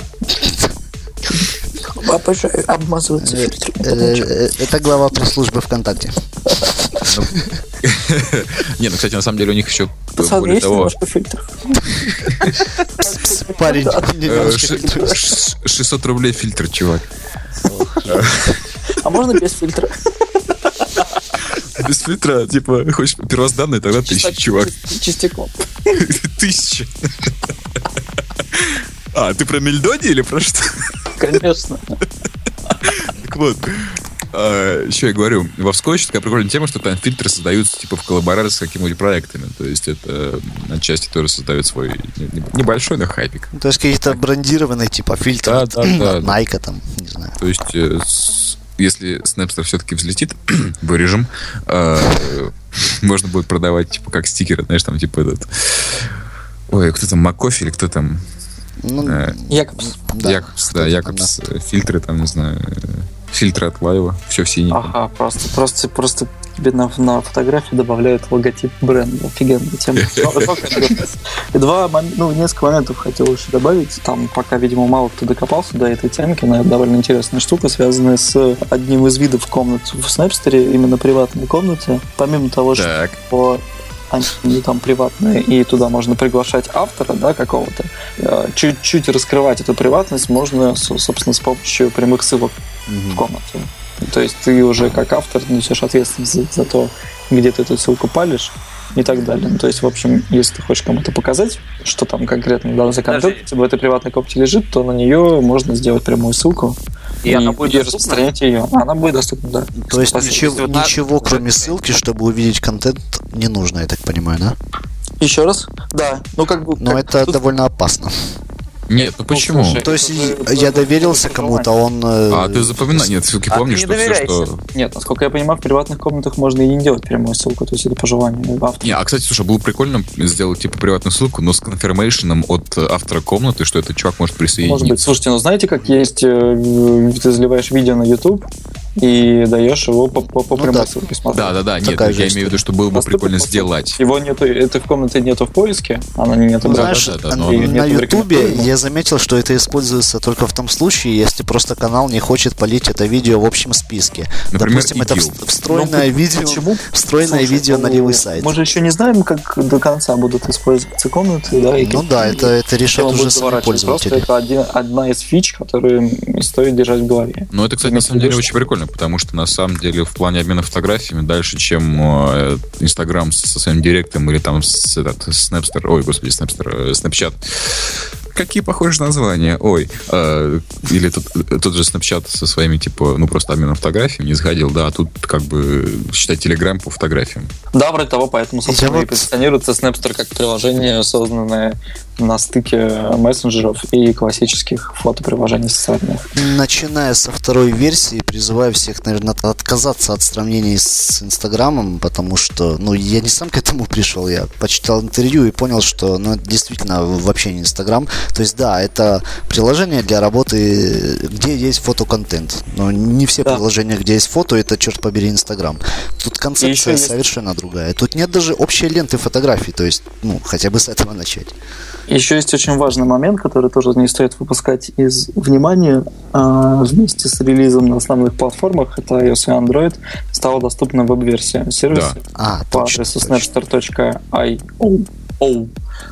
Обожаю обмазываться Э, фильтрами. э, э, Это глава пресс-службы ВКонтакте. Не, ну, кстати, на самом деле у них еще Пацаны, более есть того... немножко фильтров? Парень, э, немножко ш- фильтрует. ш- шестьсот рублей фильтр, чувак. А можно без фильтра? Без фильтра, типа, хочешь первозданные, тогда тысяча, чувак. Чистяком. Тысяча. А, ты про Мельдони или про что? Конечно. Так вот, еще я говорю, в Овскотче такая прикольная тема, что там фильтры создаются типа в коллаборации с какими-нибудь проектами. То есть это отчасти тоже создает свой не- небольшой, но хайпик. То есть какие-то брендированные типа фильтры. Да, да, да. Найка там, не знаю. То есть э, с- если Снэпстер все-таки взлетит, вырежем, э, можно будет продавать типа как стикеры, знаешь, там типа этот... Ой, кто там, Маккофи или кто там? Ну, Э, Якобс. да, Якобс, да, кто-то Якобс, э, фильтры там, не знаю, э, фильтры от лайва, все в синем. Ага, просто, просто, просто тебе на, на фотографии добавляют логотип бренда. Офигенная тема. Но- но как бы, и Два, мом- ну, несколько моментов хотел еще добавить. Там пока, видимо, мало кто докопался до этой темки, но это довольно интересная штука, связанная с одним из видов комнат в Снэпстере, именно приватной комнате. Помимо того, Так. что они там приватные, и туда можно приглашать автора, да, какого-то. Э, Чуть-чуть раскрывать эту приватность можно, со- собственно, с помощью прямых ссылок в комнату. То есть ты уже как автор несешь ответственность за, за то, где ты эту ссылку палишь и так далее. Ну, то есть, в общем, если ты хочешь кому-то показать, что там конкретно да, за контент Подожди. в этой приватной комнате лежит, то на нее можно сделать прямую ссылку И она будет и доступна? распространять ее. Она будет доступна, да. То есть Спасибо. ничего, Если вот на- ничего кроме ссылки, чтобы увидеть контент, не нужно, я так понимаю, да? Еще раз? Да. Ну, как бы... Но как- это тут- довольно опасно. Нет, ну почему? слушай, То есть это- я это- доверился это кому-то, он... э, А ты запоминай, нет, ссылки А помнишь, ты что не все, что... доверяйся. Нет, насколько я понимаю, в приватных комнатах можно и не делать прямую ссылку, то есть это по желанию автора. Не, а, кстати, слушай, было прикольно сделать, типа, приватную ссылку, но с конфирмейшеном от э, автора комнаты, что этот чувак может присоединиться. Может быть. Слушайте, ну знаете, как есть, э, ты заливаешь видео на YouTube и даешь его по, по, по Ну прямой да. ссылке смотреть. Да-да-да, нет, Такая я же имею в история. виду, что было бы Доступно прикольно по ссылке. сделать. Его нету, этой комнаты нету в поиске, она не нету. Ну, Да, знаешь, да, да, но на она- на нету в Ютубе рекомендуемых. я заметил, что это используется только в том случае, если просто канал не хочет полить это видео в общем списке. Например, Допустим, это ИГИЛ. вс- встроенное Ну, видео, почему? встроенное Слушай, видео на ну, левый сайт. Мы же еще не знаем, как до конца будут использоваться комнаты, да, и Ну как- да, это, это решат чем уже будут сами заворачивать. Просто пользователи. это один- одна из фич, которую стоит держать в голове. Но это, кстати, на самом деле очень прикольно, потому что на самом деле в плане обмена фотографиями дальше, чем э, Инстаграм со своим директом или там с, этот, Снэпстер, ой, господи, Снэпстер, э, Снэпчат, какие похожие названия? Ой, э, или тот, тот же Snapchat со своими, типа, ну, просто обменом фотографиями не сходил, да, а тут, как бы, считай, Telegram по фотографиям. Да, вроде того, поэтому, собственно, Я и позиционируется Snapster как приложение, созданное на стыке мессенджеров и классических фотоприложений социальных. Начиная со второй версии, призываю всех, наверное, отказаться от сравнений с Инстаграмом, потому что, ну, я не сам к этому пришел, я почитал интервью и понял, что, ну, это действительно вообще не Инстаграм. То есть, да, это приложение для работы, где есть фотоконтент, но не все Да. приложения, где есть фото, это, черт побери, Инстаграм. Тут концепция есть- совершенно другая. Тут нет даже общей ленты фотографий, то есть, ну, хотя бы с этого начать. Еще есть очень важный момент, который тоже не стоит выпускать из внимания. А, Вместе с релизом на основных платформах, это iOS и Android, стала доступна веб-версия сервиса А, по точно, адресу точно. snapster точка ай о,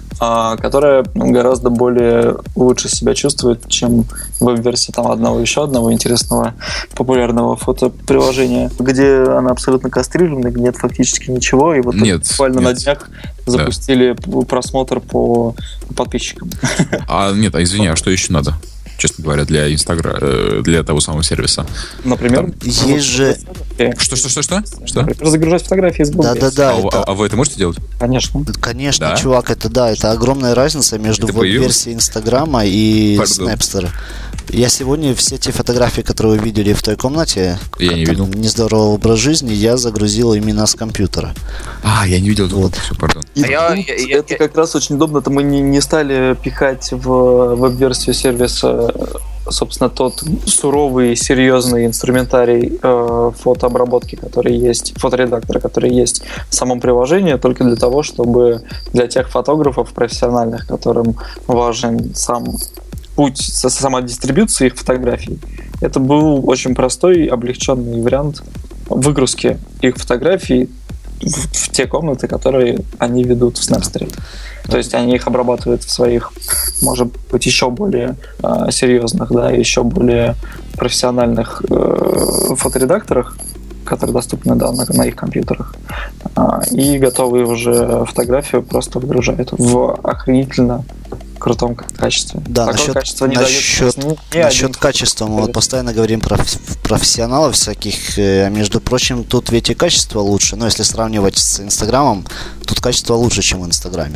а, которая гораздо более лучше себя чувствует, чем веб-версия там одного еще одного интересного популярного фотоприложения, где она абсолютно кастрирована, где нет фактически ничего, и вот Нет, буквально на нет. днях запустили просмотр по подписчикам. А нет, а извини, а что еще надо? Честно говоря, для Инстаграма, для того самого сервиса. Например, Есть же... Что, что, что, что? Что? например, загружать фотографии из Google. Да-да-да, А, у- это... а вы это можете делать? Конечно. Конечно, Да? чувак, это да, это огромная разница между Это появилось? веб-версией Инстаграма и Пардон. Snapster. Я сегодня все те фотографии, которые вы видели в той комнате, Я не это видел. Нездоровый образ жизни, я загрузил именно с компьютера. А, я не видел. Вот. Все, пардон. И А я- я- я- это как раз очень удобно, это мы не, не стали пихать в веб-версию сервиса, собственно, тот суровый, серьезный инструментарий э, фотообработки, который есть, фоторедактора, который есть в самом приложении, только для того, чтобы для тех фотографов профессиональных, которым важен сам путь, сама дистрибьюция их фотографий, это был очень простой, облегченный вариант выгрузки их фотографий в, в те комнаты, которые они ведут в Snapster. То есть они их обрабатывают в своих, может быть, еще более э, серьезных, да, еще более профессиональных э, фоторедакторах, которые доступны, да, на, на их компьютерах. А, и готовые уже фотографию просто выгружают в охренительно крутом качестве. Да, Такое насчет, качество не насчет, дает ни- ни насчет один качества мы вот постоянно говорим про ф- профессионалов всяких. э, Между прочим, тут ведь и качество лучше. Но если сравнивать с Инстаграмом, тут качество лучше, чем в Инстаграме.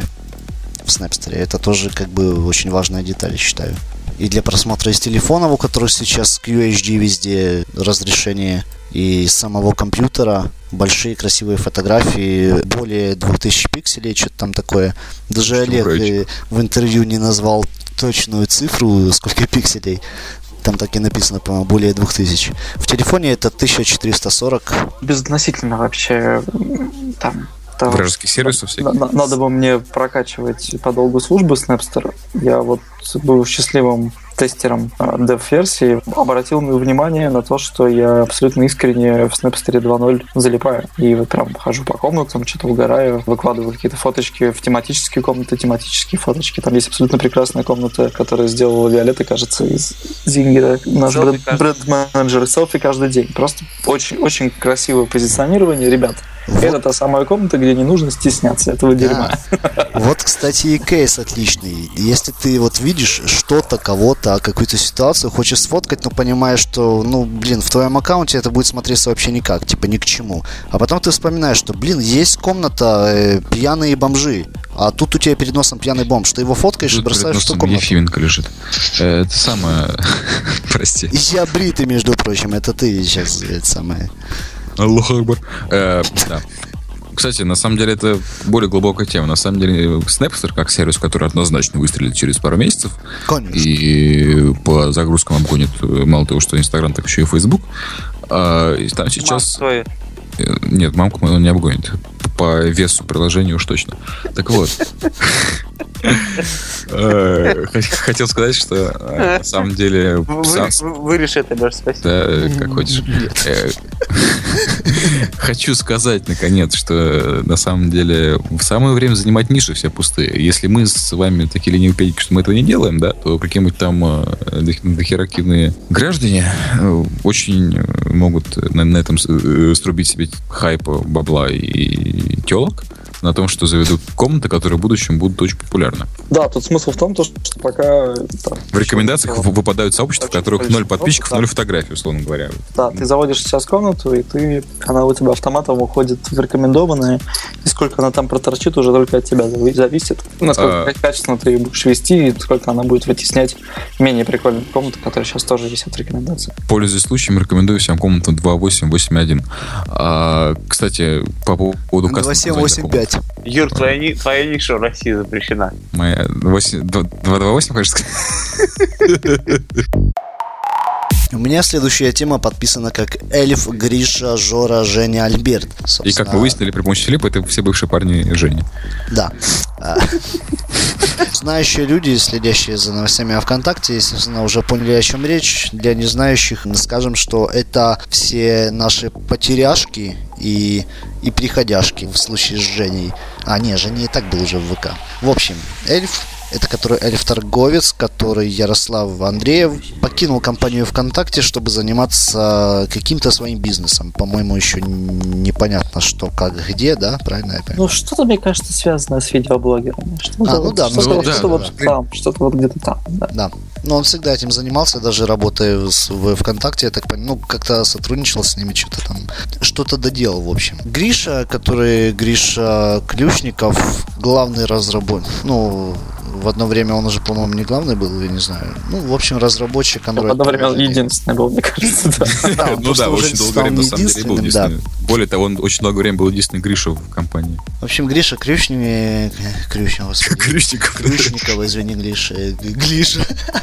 В Снапстере. Это тоже как бы очень важная деталь, я считаю. И для просмотра из телефонов, у которых сейчас кью эйч ди везде разрешение, и с самого компьютера большие красивые фотографии, более двух тысяч пикселей, что-то там такое. Даже Что Олег вроде. э, в интервью не назвал точную цифру, сколько пикселей. Там так и написано, по-моему, более двух тысяч. В телефоне это тысяча четыреста сорок. безотносительно вообще м, там. там Вражеских сервисов всяких. на- на- Надо бы мне прокачивать по долгу службы Snapster. Я вот был счастливым тестером э, дев-версии, обратил внимание на то, что я абсолютно искренне в Snapster два ноль залипаю. И вот прям хожу по комнатам, что-то угораю, выкладываю какие-то фоточки в тематические комнаты, тематические фоточки. Там есть абсолютно прекрасная комната, которую сделала Виолетта, кажется, из Зингера. Наш Селфи бренд- каждый бренд-менеджер, селфи каждый день. Просто очень, очень красивое позиционирование. Ребят, Вот. это та самая комната, где не нужно стесняться этого дерьма. Да. Вот, кстати, и кейс отличный. Если ты вот видишь что-то, кого-то, какую-то ситуацию, хочешь сфоткать, но понимаешь, что, ну, блин, в твоем аккаунте это будет смотреться вообще никак, типа ни к чему. А потом ты вспоминаешь, что, блин, есть комната э, пьяные бомжи, а тут у тебя перед носом пьяный бомж. Ты его фоткаешь и Тут перед бросаешь в ту носом комнату. Ефименко лежит. Э, Это самое... Прости. И я бритый, между прочим, это ты сейчас, это самое. Аллах Акбар. Э, Да. Кстати, на самом деле это более глубокая тема. На самом деле Snapster, как сервис, который однозначно выстрелит через пару месяцев, Конечно. и по загрузкам обгонит э, мало того, что Инстаграм, так еще и Фейсбук. А, и там сейчас... Стой. Э, Нет, мамку он не обгонит. По весу приложения уж точно. Так вот. Э, Хотел сказать, что э, на самом деле... Вы- сам- вы- Вырежь это, Леш, спасибо. Да, как хочешь. Э, Хочу сказать, наконец, что э, на самом деле в самое время занимать ниши все пустые. Если мы с вами такие ленивые педики, что мы этого не делаем, да, то какие-нибудь там э, дох- дохерактивные граждане э, очень могут на, на этом с- э, срубить себе хайпа, бабла и телок. на том, что заведут комнаты, которые в будущем будут очень популярны. Да, тут смысл в том, что пока... Там, в рекомендациях еще, выпадают сообщества, в которых ноль подписчиков, ноль фотографий, условно говоря. Да, ты заводишь сейчас комнату, и ты, она у тебя автоматом уходит в рекомендованные, и сколько она там проторчит, уже только от тебя зависит. Насколько а... качественно ты ее будешь вести, и сколько она будет вытеснять менее прикольные комнаты, которые сейчас тоже висят в рекомендациях. Пользуясь случаем, рекомендую всем комнату два восемь восемь один. А, кстати, по поводу кастомного... два семь восемь пять. Юр, твоя, твоя ниша в России запрещена. Моя два два восемь, хочешь сказать? У меня следующая тема подписана как Эльф, Гриша, Жора, Женя, Альберт. Собственно... И как мы выяснили при помощи Филиппа, это все бывшие парни Жени. Да. Знающие люди, следящие за новостями о ВКонтакте, естественно, уже поняли, о чем речь. Для незнающих скажем, что это все наши потеряшки и, и приходяшки в случае с Женей. А, не, Женя и так был уже в ВК. В общем, Эльф, это который эльф-торговец, который Ярослав Андреев покинул компанию ВКонтакте, чтобы заниматься каким-то своим бизнесом. По-моему, еще непонятно, что, как, где, да? Правильно я понимаю? Ну, что-то, мне кажется, связано с видеоблогерами. Что-то, а, ну да, что-то, ну, вот, да, что-то да, вот да. там, что-то вот где-то там. Да. да. Но он всегда этим занимался, даже работая в ВКонтакте, я так понимаю, ну, как-то сотрудничал с ними, что-то там, что-то доделал, в общем. Гриша, который Гриша Ключников, главный разработчик, ну, в одно время он уже, по-моему, не главный был, я не знаю. Ну, в общем, разработчик Android. В одно время он единственный был, мне кажется, да. Ну да, очень долгое время, на самом деле, был единственный. Более того, он очень много времени был единственный Гриша в компании. В общем, Гриша Крючников... Крючников. Крючников, извини, Гриша. Глиша.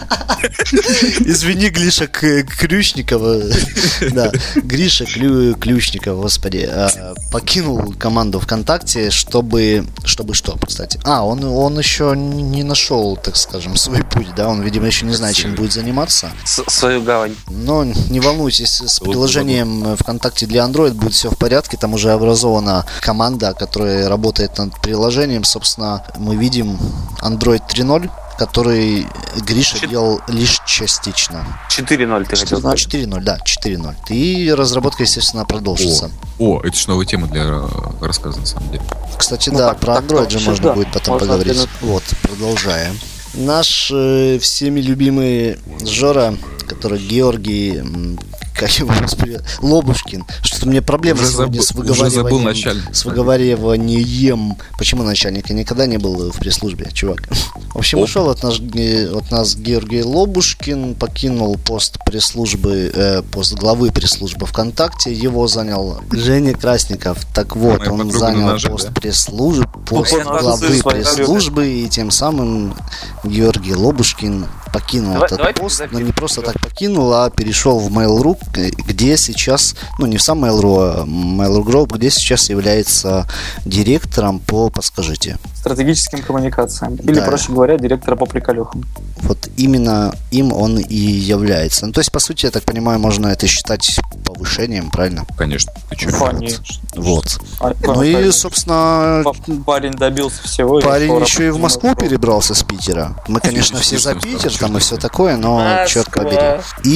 Извини, Глиша Крючникова. Да, Гриша Ключников, господи, покинул команду ВКонтакте, чтобы... Чтобы что, кстати? А, он, он еще не нашел, так скажем, свой путь, да? Он, видимо, еще не знает, чем будет заниматься. С- свою гавань. Но не волнуйтесь, с приложением ВКонтакте для Android будет все в порядке. Там уже образована команда, которая работает над приложением. Собственно, мы видим Android три ноль, который Гриша Чет... делал лишь частично. четыре ноль ты хотел сказать? четыре ноль, да, четыре ноль. И разработка, естественно, продолжится. О, О это же новая тема для рассказа, на самом деле. Кстати, ну, да, так, про Android так, же можно да. будет потом можно поговорить. Отдельно. Вот, продолжаем. Наш э, всеми любимый Жора, который Георгий... Как его, господи, Лобушкин. Что-то у меня проблема уже сегодня забыл, с выговариванием. Начальник. С выговариванием. Почему начальник? Я никогда не был в пресс-службе, чувак. В общем, Оп. ушел от, наш, от нас Георгий Лобушкин, покинул пост пресс-службы, э, пост главы пресс-службы ВКонтакте. Его занял Женя Красников. Так вот, Моя он занял ножи, пост да? пресс-службы, пост ну, главы пресс-службы, и тем самым Георгий Лобушкин покинул давай, этот пост, но не просто так покинул, а перешел в Mail.ru, где сейчас, ну не в сам Mail.ru, а Mail.ru Group, где сейчас является директором по, подскажите, стратегическим коммуникациям. Или, да. проще говоря, директора по приколюхам. Вот именно им он и является. Ну, то есть, по сути, я так понимаю, можно это считать повышением, правильно? Конечно. Ты чё? Конечно. Вот. А, ну и, собственно... Парень добился всего. Парень еще и в Москву перебрался с Питера. Мы, конечно, все за Питер, там и все такое, но черт побери.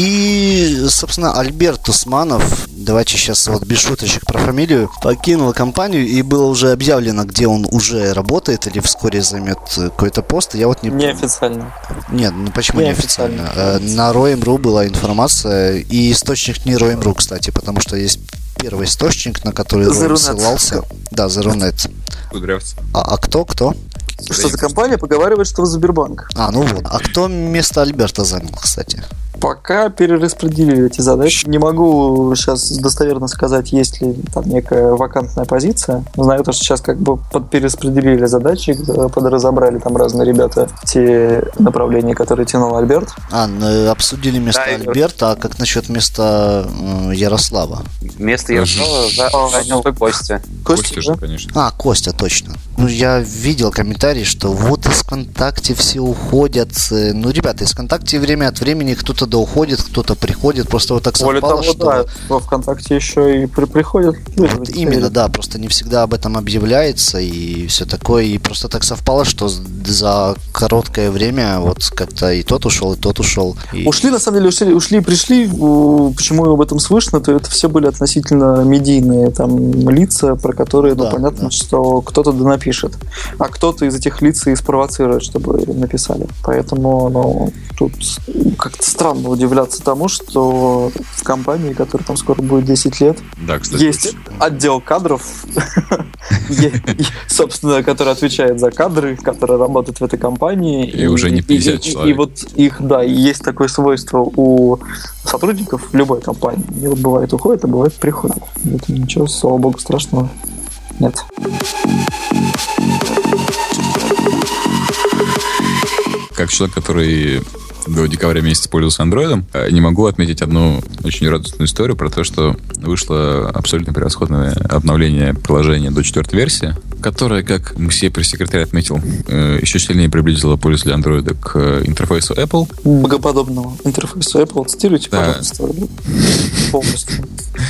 И, собственно, Альберт Усманов, давайте сейчас вот без шуточек про фамилию, покинул компанию, и было уже объявлено, где он уже работает или вскоре займет какой-то пост. Я вот не... Неофициально. Нет, ну почему неофициально? Не на Roim.ru была информация, и источник не Roim.ru, кстати, потому что есть первый источник, на который Roim ссылался. Да, Zerunет. А, а кто, кто? Что за компания поговаривает, что вы Сбербанк. А, ну вот. А кто место Альберта занял, кстати? Пока перераспределили эти задачи. Не могу сейчас достоверно сказать, есть ли там некая вакантная позиция. Знаю то, что сейчас как бы подперераспределили задачи, подразобрали там разные ребята те направления, которые тянул Альберт. А, ну, обсудили место да, Альберта, а как насчет места э, Ярослава? Место Ярослава занял Костя. Костя же, конечно. А, Костя, точно. Ну, я видел комментарий, что вот из ВКонтакте все уходят. Ну, ребята, из ВКонтакте время от времени кто-то да уходит, кто-то приходит, просто вот так совпало, того, что... да, во ВКонтакте еще и при- приходят. Вот именно, да, просто не всегда об этом объявляется и все такое, и просто так совпало, что за короткое время вот как-то и тот ушел, и тот ушел. И... Ушли, на самом деле, ушли, ушли и пришли. Почему об этом слышно, то это все были относительно медийные там лица, про которые, ну, да, понятно, да. что кто-то да напишет. А кто-то из этих лиц и спровоцирует, чтобы написали. Поэтому, ну, тут как-то странно удивляться тому, что в компании, которая там скоро будет десять лет, да, кстати, есть отдел кадров, собственно, который отвечает за кадры, который работает в этой компании. И уже не пятьдесят человек. И вот их, да, есть такое свойство у сотрудников любой компании. И вот бывает уходит, а бывает приходит. Это ничего, слава богу, страшного нет. Как человек, который до декабря месяца пользовался андроидом, не могу отметить одну очень радостную историю про то, что вышло абсолютно превосходное обновление приложения до четвертой версии, которое, как мсье пресс-секретарь отметил, еще сильнее приблизило пользователя андроида к интерфейсу Apple. Богоподобного интерфейсу Apple. Цитируйте, да. Пожалуйста, полностью.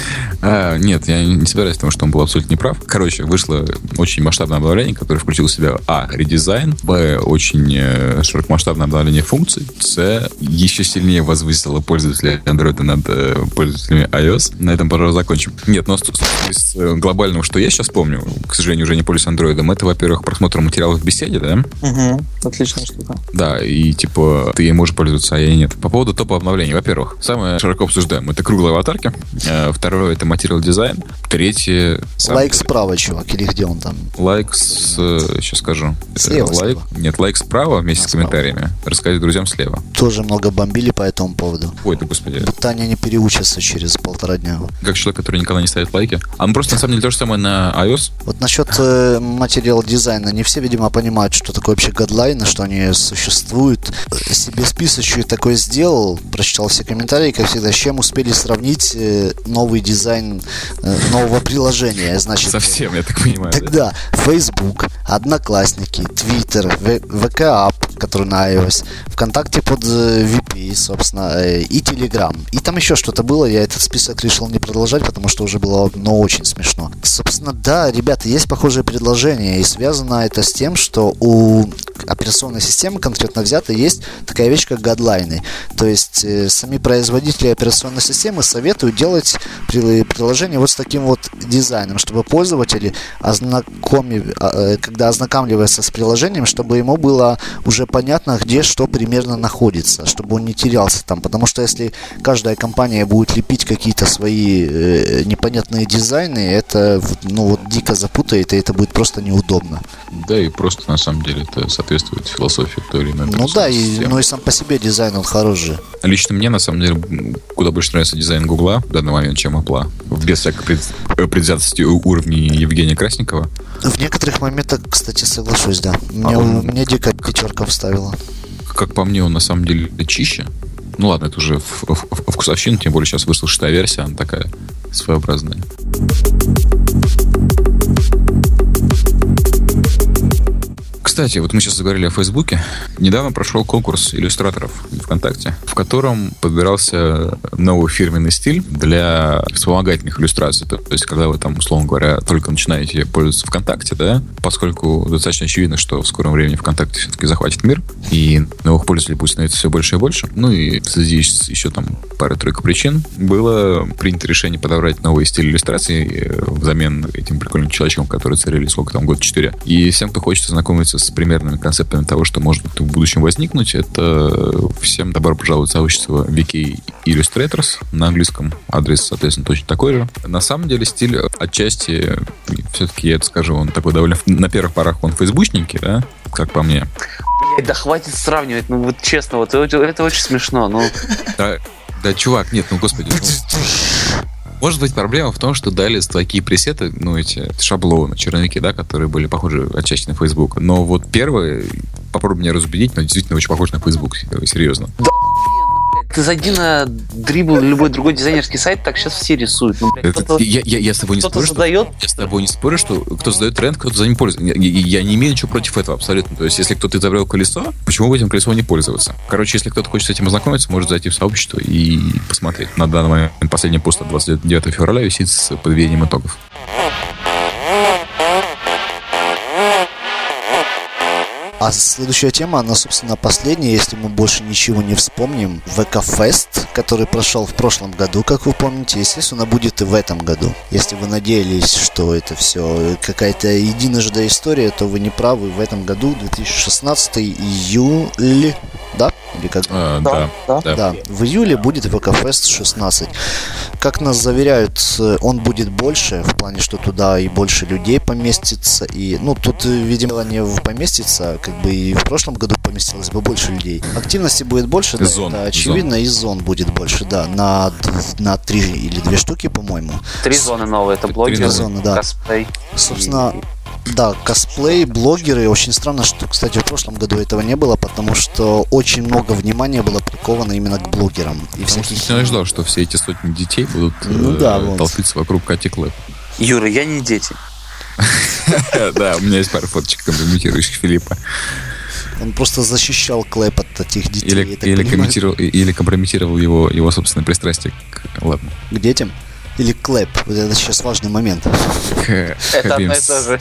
А, нет, я не собираюсь, потому что он был абсолютно неправ. Короче, вышло очень масштабное обновление, которое включило в себя а. редизайн, б. очень широкомасштабное обновление функций, с. еще сильнее возвысило пользователей Android над э, пользователями iOS. На этом, пожалуй, закончим. Нет, но из глобального, что я сейчас помню, к сожалению, уже не пользуюсь Android, это, во-первых, просмотр материалов в беседе, да? Угу, отличная штука. Да, и типа ты ей можешь пользоваться, а я нет. По поводу топа обновлений, во-первер, самое широко обсуждаем, это круглые аватарки. Второе, это материал дизайн. Третье... Лайк справа, чувак, или где он там? Лайк с... Сейчас скажу. Слева, лайк... слева. Нет, лайк справа вместе а, с комментариями. Справа. Рассказать друзьям слева. Тоже много бомбили по этому поводу. Ой, да господи. Будто они не переучатся через полтора дня. Как человек, который никогда не ставит лайки. А ну просто на самом деле то же самое на iOS. Вот насчет э, материал дизайна. Не все, видимо, понимают, что такое вообще гадлайны, что они существуют. Себе списочек такой сделал, прочитал все комментарии, как всегда, с чем успели сравнить э, новый дизайн э, нового приложения. Значит, совсем, я так понимаю. Тогда да? Facebook, Одноклассники, Twitter, ви кей App, который на iOS, ВКонтакте под ви пи, собственно, и Telegram. И там еще что-то было, я этот список решил не продолжать, потому что уже было, ну, очень смешно. Собственно, да, ребята, есть похожие предложения, и связано это с тем, что у операционной системы конкретно взятой есть такая вещь, как гадлайны. То есть э, сами производители операционной системы советуют делать приложение вот с таким вот дизайном, чтобы пользователи, ознакоми, э, когда ознакомливается с приложением, чтобы ему было уже понятно, где что примерно находится, чтобы он не терялся там. Потому что если каждая компания будет лепить какие-то свои э, непонятные дизайны, это, ну, вот дико запутает, и это будет просто неудобно. Да, и просто на самом деле это соответствует философии той или иной. Ну да, и, ну и сам по себе дизайн, он хороший. Лично мне, на самом деле, куда больше нравится дизайн Гугла в данный момент, чем Apple. Без всякой пред... предвзятости уровней Евгения Красникова. В некоторых моментах, кстати, соглашусь, да. Мне, а он... мне дико пятерка вставила. Как по мне, он на самом деле чище. Ну ладно, это уже вкусовщина, тем более сейчас вышла шестая версия, она такая своеобразная. Кстати, вот мы сейчас заговорили о Фейсбуке. Недавно прошел конкурс иллюстраторов ВКонтакте, в котором подбирался новый фирменный стиль для вспомогательных иллюстраций. То есть, когда вы там, условно говоря, только начинаете пользоваться ВКонтакте, да, поскольку достаточно очевидно, что в скором времени ВКонтакте все-таки захватит мир, и новых пользователей будет становиться все больше и больше. Ну и в связи с еще там парой-тройкой причин было принято решение подобрать новый стиль иллюстраций взамен этим прикольным человечкам, которые царили сколько там, год четыре. И всем, кто хочет ознакомиться с примерными концептами того, что может в будущем возникнуть, это всем добро пожаловать в сообщество ви кей Illustrators на английском. Адрес, соответственно, точно такой же. На самом деле стиль отчасти, все-таки, я это скажу, он такой довольно, на первых порах он фейсбучненький, да, как по мне. Блядь, да хватит сравнивать, ну вот честно, вот это, это очень смешно, ну. Да, да, чувак, нет, ну господи. Ну... Может быть, проблема в том, что дали такие пресеты, ну, эти шаблоны, черновики, да, которые были похожи отчасти на Facebook. Но вот первый, попробуй меня разубедить, но действительно очень похож на Facebook, серьезно. Да, ты зайди на Dribble или любой другой дизайнерский сайт, так сейчас все рисуют. Ну, блядь, это, я, я, я с тобой не спорю, что, я с тобой не спорю, что кто создает тренд, кто-то за ним пользуется. Я, я не имею ничего против этого абсолютно. То есть, если кто-то изобрел колесо, почему бы этим колесом не пользоваться? Короче, если кто-то хочет с этим ознакомиться, может зайти в сообщество и посмотреть. На данный момент последний пост от двадцать девятого февраля висит с подведением итогов. А следующая тема, она, собственно, последняя, если мы больше ничего не вспомним. ви кей Fest, который прошел в прошлом году, как вы помните, естественно, будет и в этом году. Если вы надеялись, что это все какая-то единожды история, то вы не правы. В этом году, две тысячи шестнадцатый, июль, да? Или как? А, да, да, да. Да, в июле будет ви кей Fest шестнадцать. Как нас заверяют, он будет больше, в плане, что туда и больше людей поместится. И, ну, тут, видимо, не поместится, как бы и в прошлом году поместилось бы больше людей. Активности будет больше, да, Зон, это очевидно, зон. и зон будет больше, да, на, на три или две штуки, по-моему. Три зоны новые, это Три блогеры, зоны, да. косплей. Собственно, и- да, косплей, блогеры. Очень странно, что, кстати, в прошлом году этого не было, потому что очень много внимания было приковано именно к блогерам. И Потому всяких... что я не ждал, что все эти сотни детей будут Ну э, да, вот. толпиться вокруг Кати Клэп. Юра, я не дети. Да, у меня есть пара фоточек, компрометирующих Филиппа. Он просто защищал Клэп от этих детей. Или, я так или, понимаю. комментировал, или компрометировал его, его собственное пристрастие к... Ладно. К детям? Или Клэп? Вот это сейчас важный момент. К Это одно и обеим то же.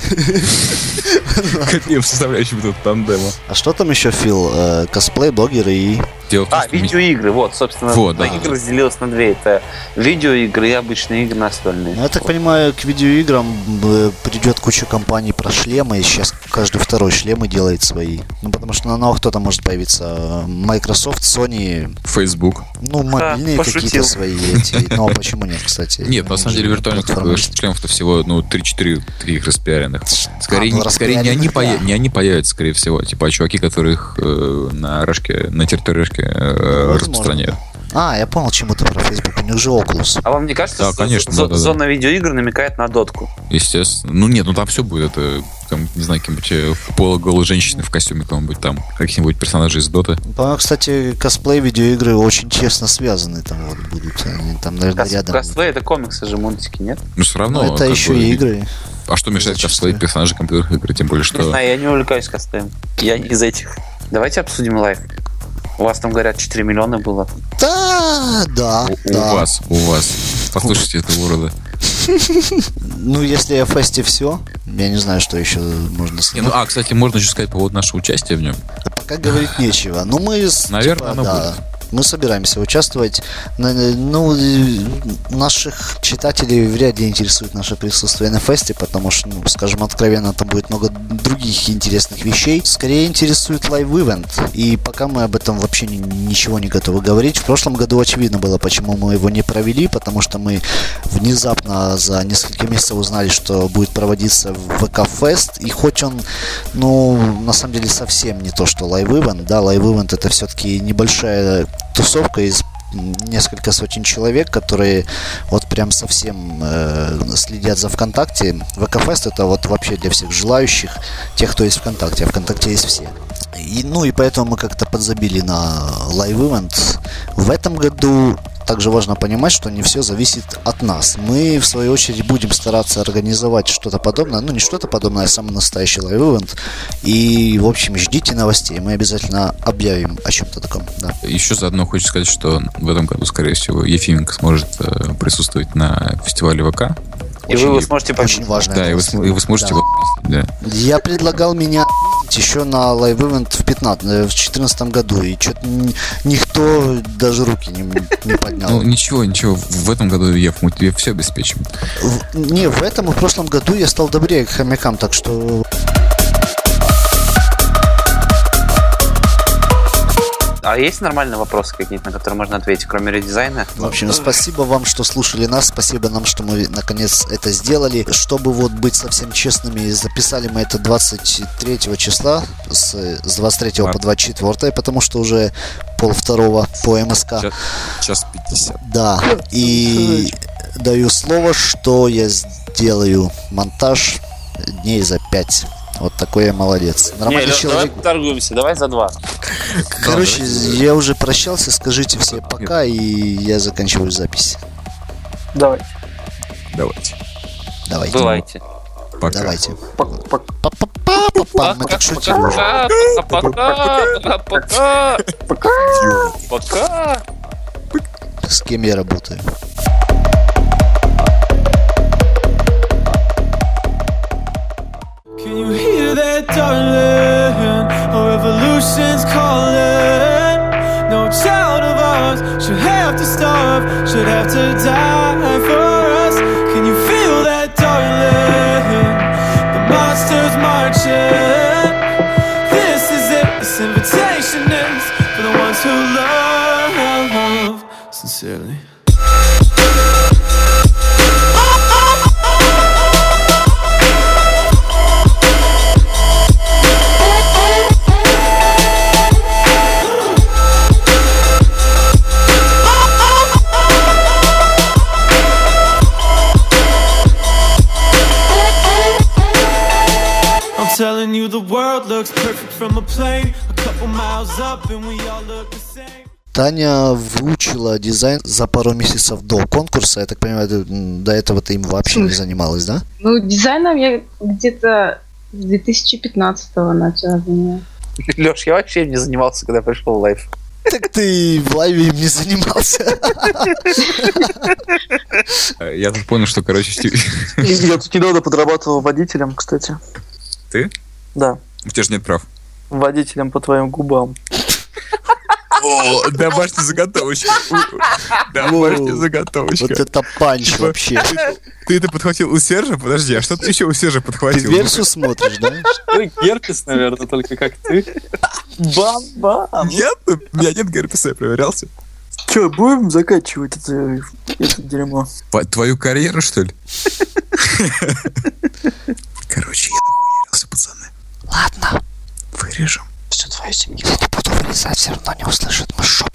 к обеим составляющим этого тандема. А что там еще, Фил? Э, косплей, блогеры и... Дело в том, А, что ми- видеоигры, вот, собственно, Вот, на да. игры разделилось на две. Это видеоигры и обычные игры настольные. Ну, я так понимаю, к видеоиграм э, придет куча компаний про шлемы, и сейчас каждый второй шлемы делает свои. Ну, потому что на новых кто-то может появиться. Microsoft, Sony, Facebook. ну, мобильные пошутил. какие-то свои эти. Ну, а почему нет, кстати? Нет, на самом деле виртуальных Платформы. шлемов-то всего ну, три-четыре их распиаренных. Скорее, А, ну, не, скорее не, они распиаренных, поя- да. не они появятся, скорее всего. Типа, а чуваки, которых э, на Рашке, на территории Рашки э, Возможно. распространяют. А, я понял, чему ты про Facebook. У них же Oculus. А вам не кажется, Да, что конечно, зо- да-да-да. зона видеоигр намекает на дотку? Естественно. Ну нет, ну там все будет. Это, там, не знаю, какие-нибудь э, полуголые женщины в косюме каком-нибудь там, каких-нибудь персонажей из Доты. По-моему, кстати, косплей, видеоигры очень тесно связаны там вот будут. Они там, наверное, Кос- рядом. Косплей — это комиксы же, мультики, нет? Но все равно. Но это как еще бы, и игры. А что мешает Зачастую. косплей персонажей компьютерных игр? Тем более, Не что... знаю, я не увлекаюсь косплеем. Я не из этих. Давайте обсудим лайв. У вас там, говорят, четыре миллиона было. Да, да, У, да. у вас, у вас. Послушайте этого урода. Ну, если о фесте все, я не знаю, что еще можно Не, сказать. ну, а, кстати, можно еще сказать по поводу нашего участия в нем. Пока говорить нечего. Ну, мы, с- Наверное, типа, оно да, будет. мы собираемся участвовать. На- Ну, э, наших читателей вряд ли интересует наше присутствие на фесте, потому что, ну, скажем откровенно, там будет много других интересных вещей. Скорее интересует лайв-ивент. И пока мы об этом вообще ни- ничего не готовы говорить. В прошлом году очевидно было, почему мы его не провели, потому что мы внезапно за несколько месяцев узнали, что будет проводиться ви кей Fest. И хоть он, ну, на самом деле совсем не то, что лайв-ивент, да, лайв-ивент это все-таки небольшая тусовка из несколько сотен человек, которые вот прям совсем э, следят за ВКонтакте. ви кей Fest это вот вообще для всех желающих, тех, кто есть ВКонтакте, а ВКонтакте есть все. И, ну и поэтому мы как-то подзабили на лайв-ивент. В этом году также важно понимать, что не все зависит от нас. Мы, в свою очередь, будем стараться организовать что-то подобное. Ну, не что-то подобное, а самый настоящий лайв-ивент. И, в общем, ждите новостей. Мы обязательно объявим о чем-то таком. Да. Еще заодно хочу сказать, что в этом году, скорее всего, Ефименко сможет э, присутствовать на фестивале ВК. И вы его сможете Очень победить. важно. Да, и вы, см- и вы сможете Да. его да. Я предлагал меня еще на лайв-ивент в пятнадцатом, в четырнадцатом году, и что-то никто даже руки не, не поднял. Ну, ничего, ничего. В этом году Еф, мы тебе все обеспечим. В- не, в этом и в прошлом году я стал добрее к хомякам, так что... А есть нормальные вопросы какие-то, на которые можно ответить, кроме редизайна? В общем, спасибо вам, что слушали нас, спасибо нам, что мы наконец это сделали. Чтобы вот быть совсем честными, записали мы это двадцать третьего числа, с, с двадцать третьего по двадцать четвёртое, потому что уже полвторого по МСК. Час, час пятьдесят. Да, и даю слово, что я сделаю монтаж дней за пять. Вот такой я молодец. Не, Нормальный Лёш, давай человек. торгуемся, давай за два. Короче, давайте. я уже прощался, скажите все пока, и я заканчиваю запись. Давай. Давайте. Давайте. Бывайте. Пока. Давайте. Пок- пок- Па-па-па-па-па. Мы так шутим уже. Пока, пока, пока, пока. С кем я работаю? Can you hear that, darling? ocean's calling. No child of ours should have to starve, should have to die for us. Can you feel that, darling? The monsters marching. This is it, this invitation is for the ones who love sincerely. Telling you the world looks perfect from a plane, a couple miles up and we all look the same. Таня выучила дизайн за пару месяцев до конкурса. Я так понимаю, до этого ты им вообще не занималась, да? Ну, дизайном я где-то с две тысячи пятнадцатого начала заниматься. Леш, я вообще им не занимался, когда пришел в лайв. Так ты в лайве им не занимался. Я тут понял, что, короче... Я тут недавно подрабатывал водителем, кстати. Ты? Да. У тебя же нет прав. Водителем по твоим губам. О, домашняя заготовочка. Домашняя заготовочка. Вот это панч вообще. Ты это подхватил у Сержа? Подожди, а что ты еще у Сержа Ты подхватил? версию смотришь, да? Ты герпес, наверное, только как ты. Бам-бам. Нет, у меня нет герпеса, я проверялся. Че, будем заканчивать это, это дерьмо? По- Твою карьеру, что ли? Короче, я нахуярился, пацаны. Ладно, Вырежем. все твою семью. Я не буду вырезать, все равно не услышат. Мы шепотом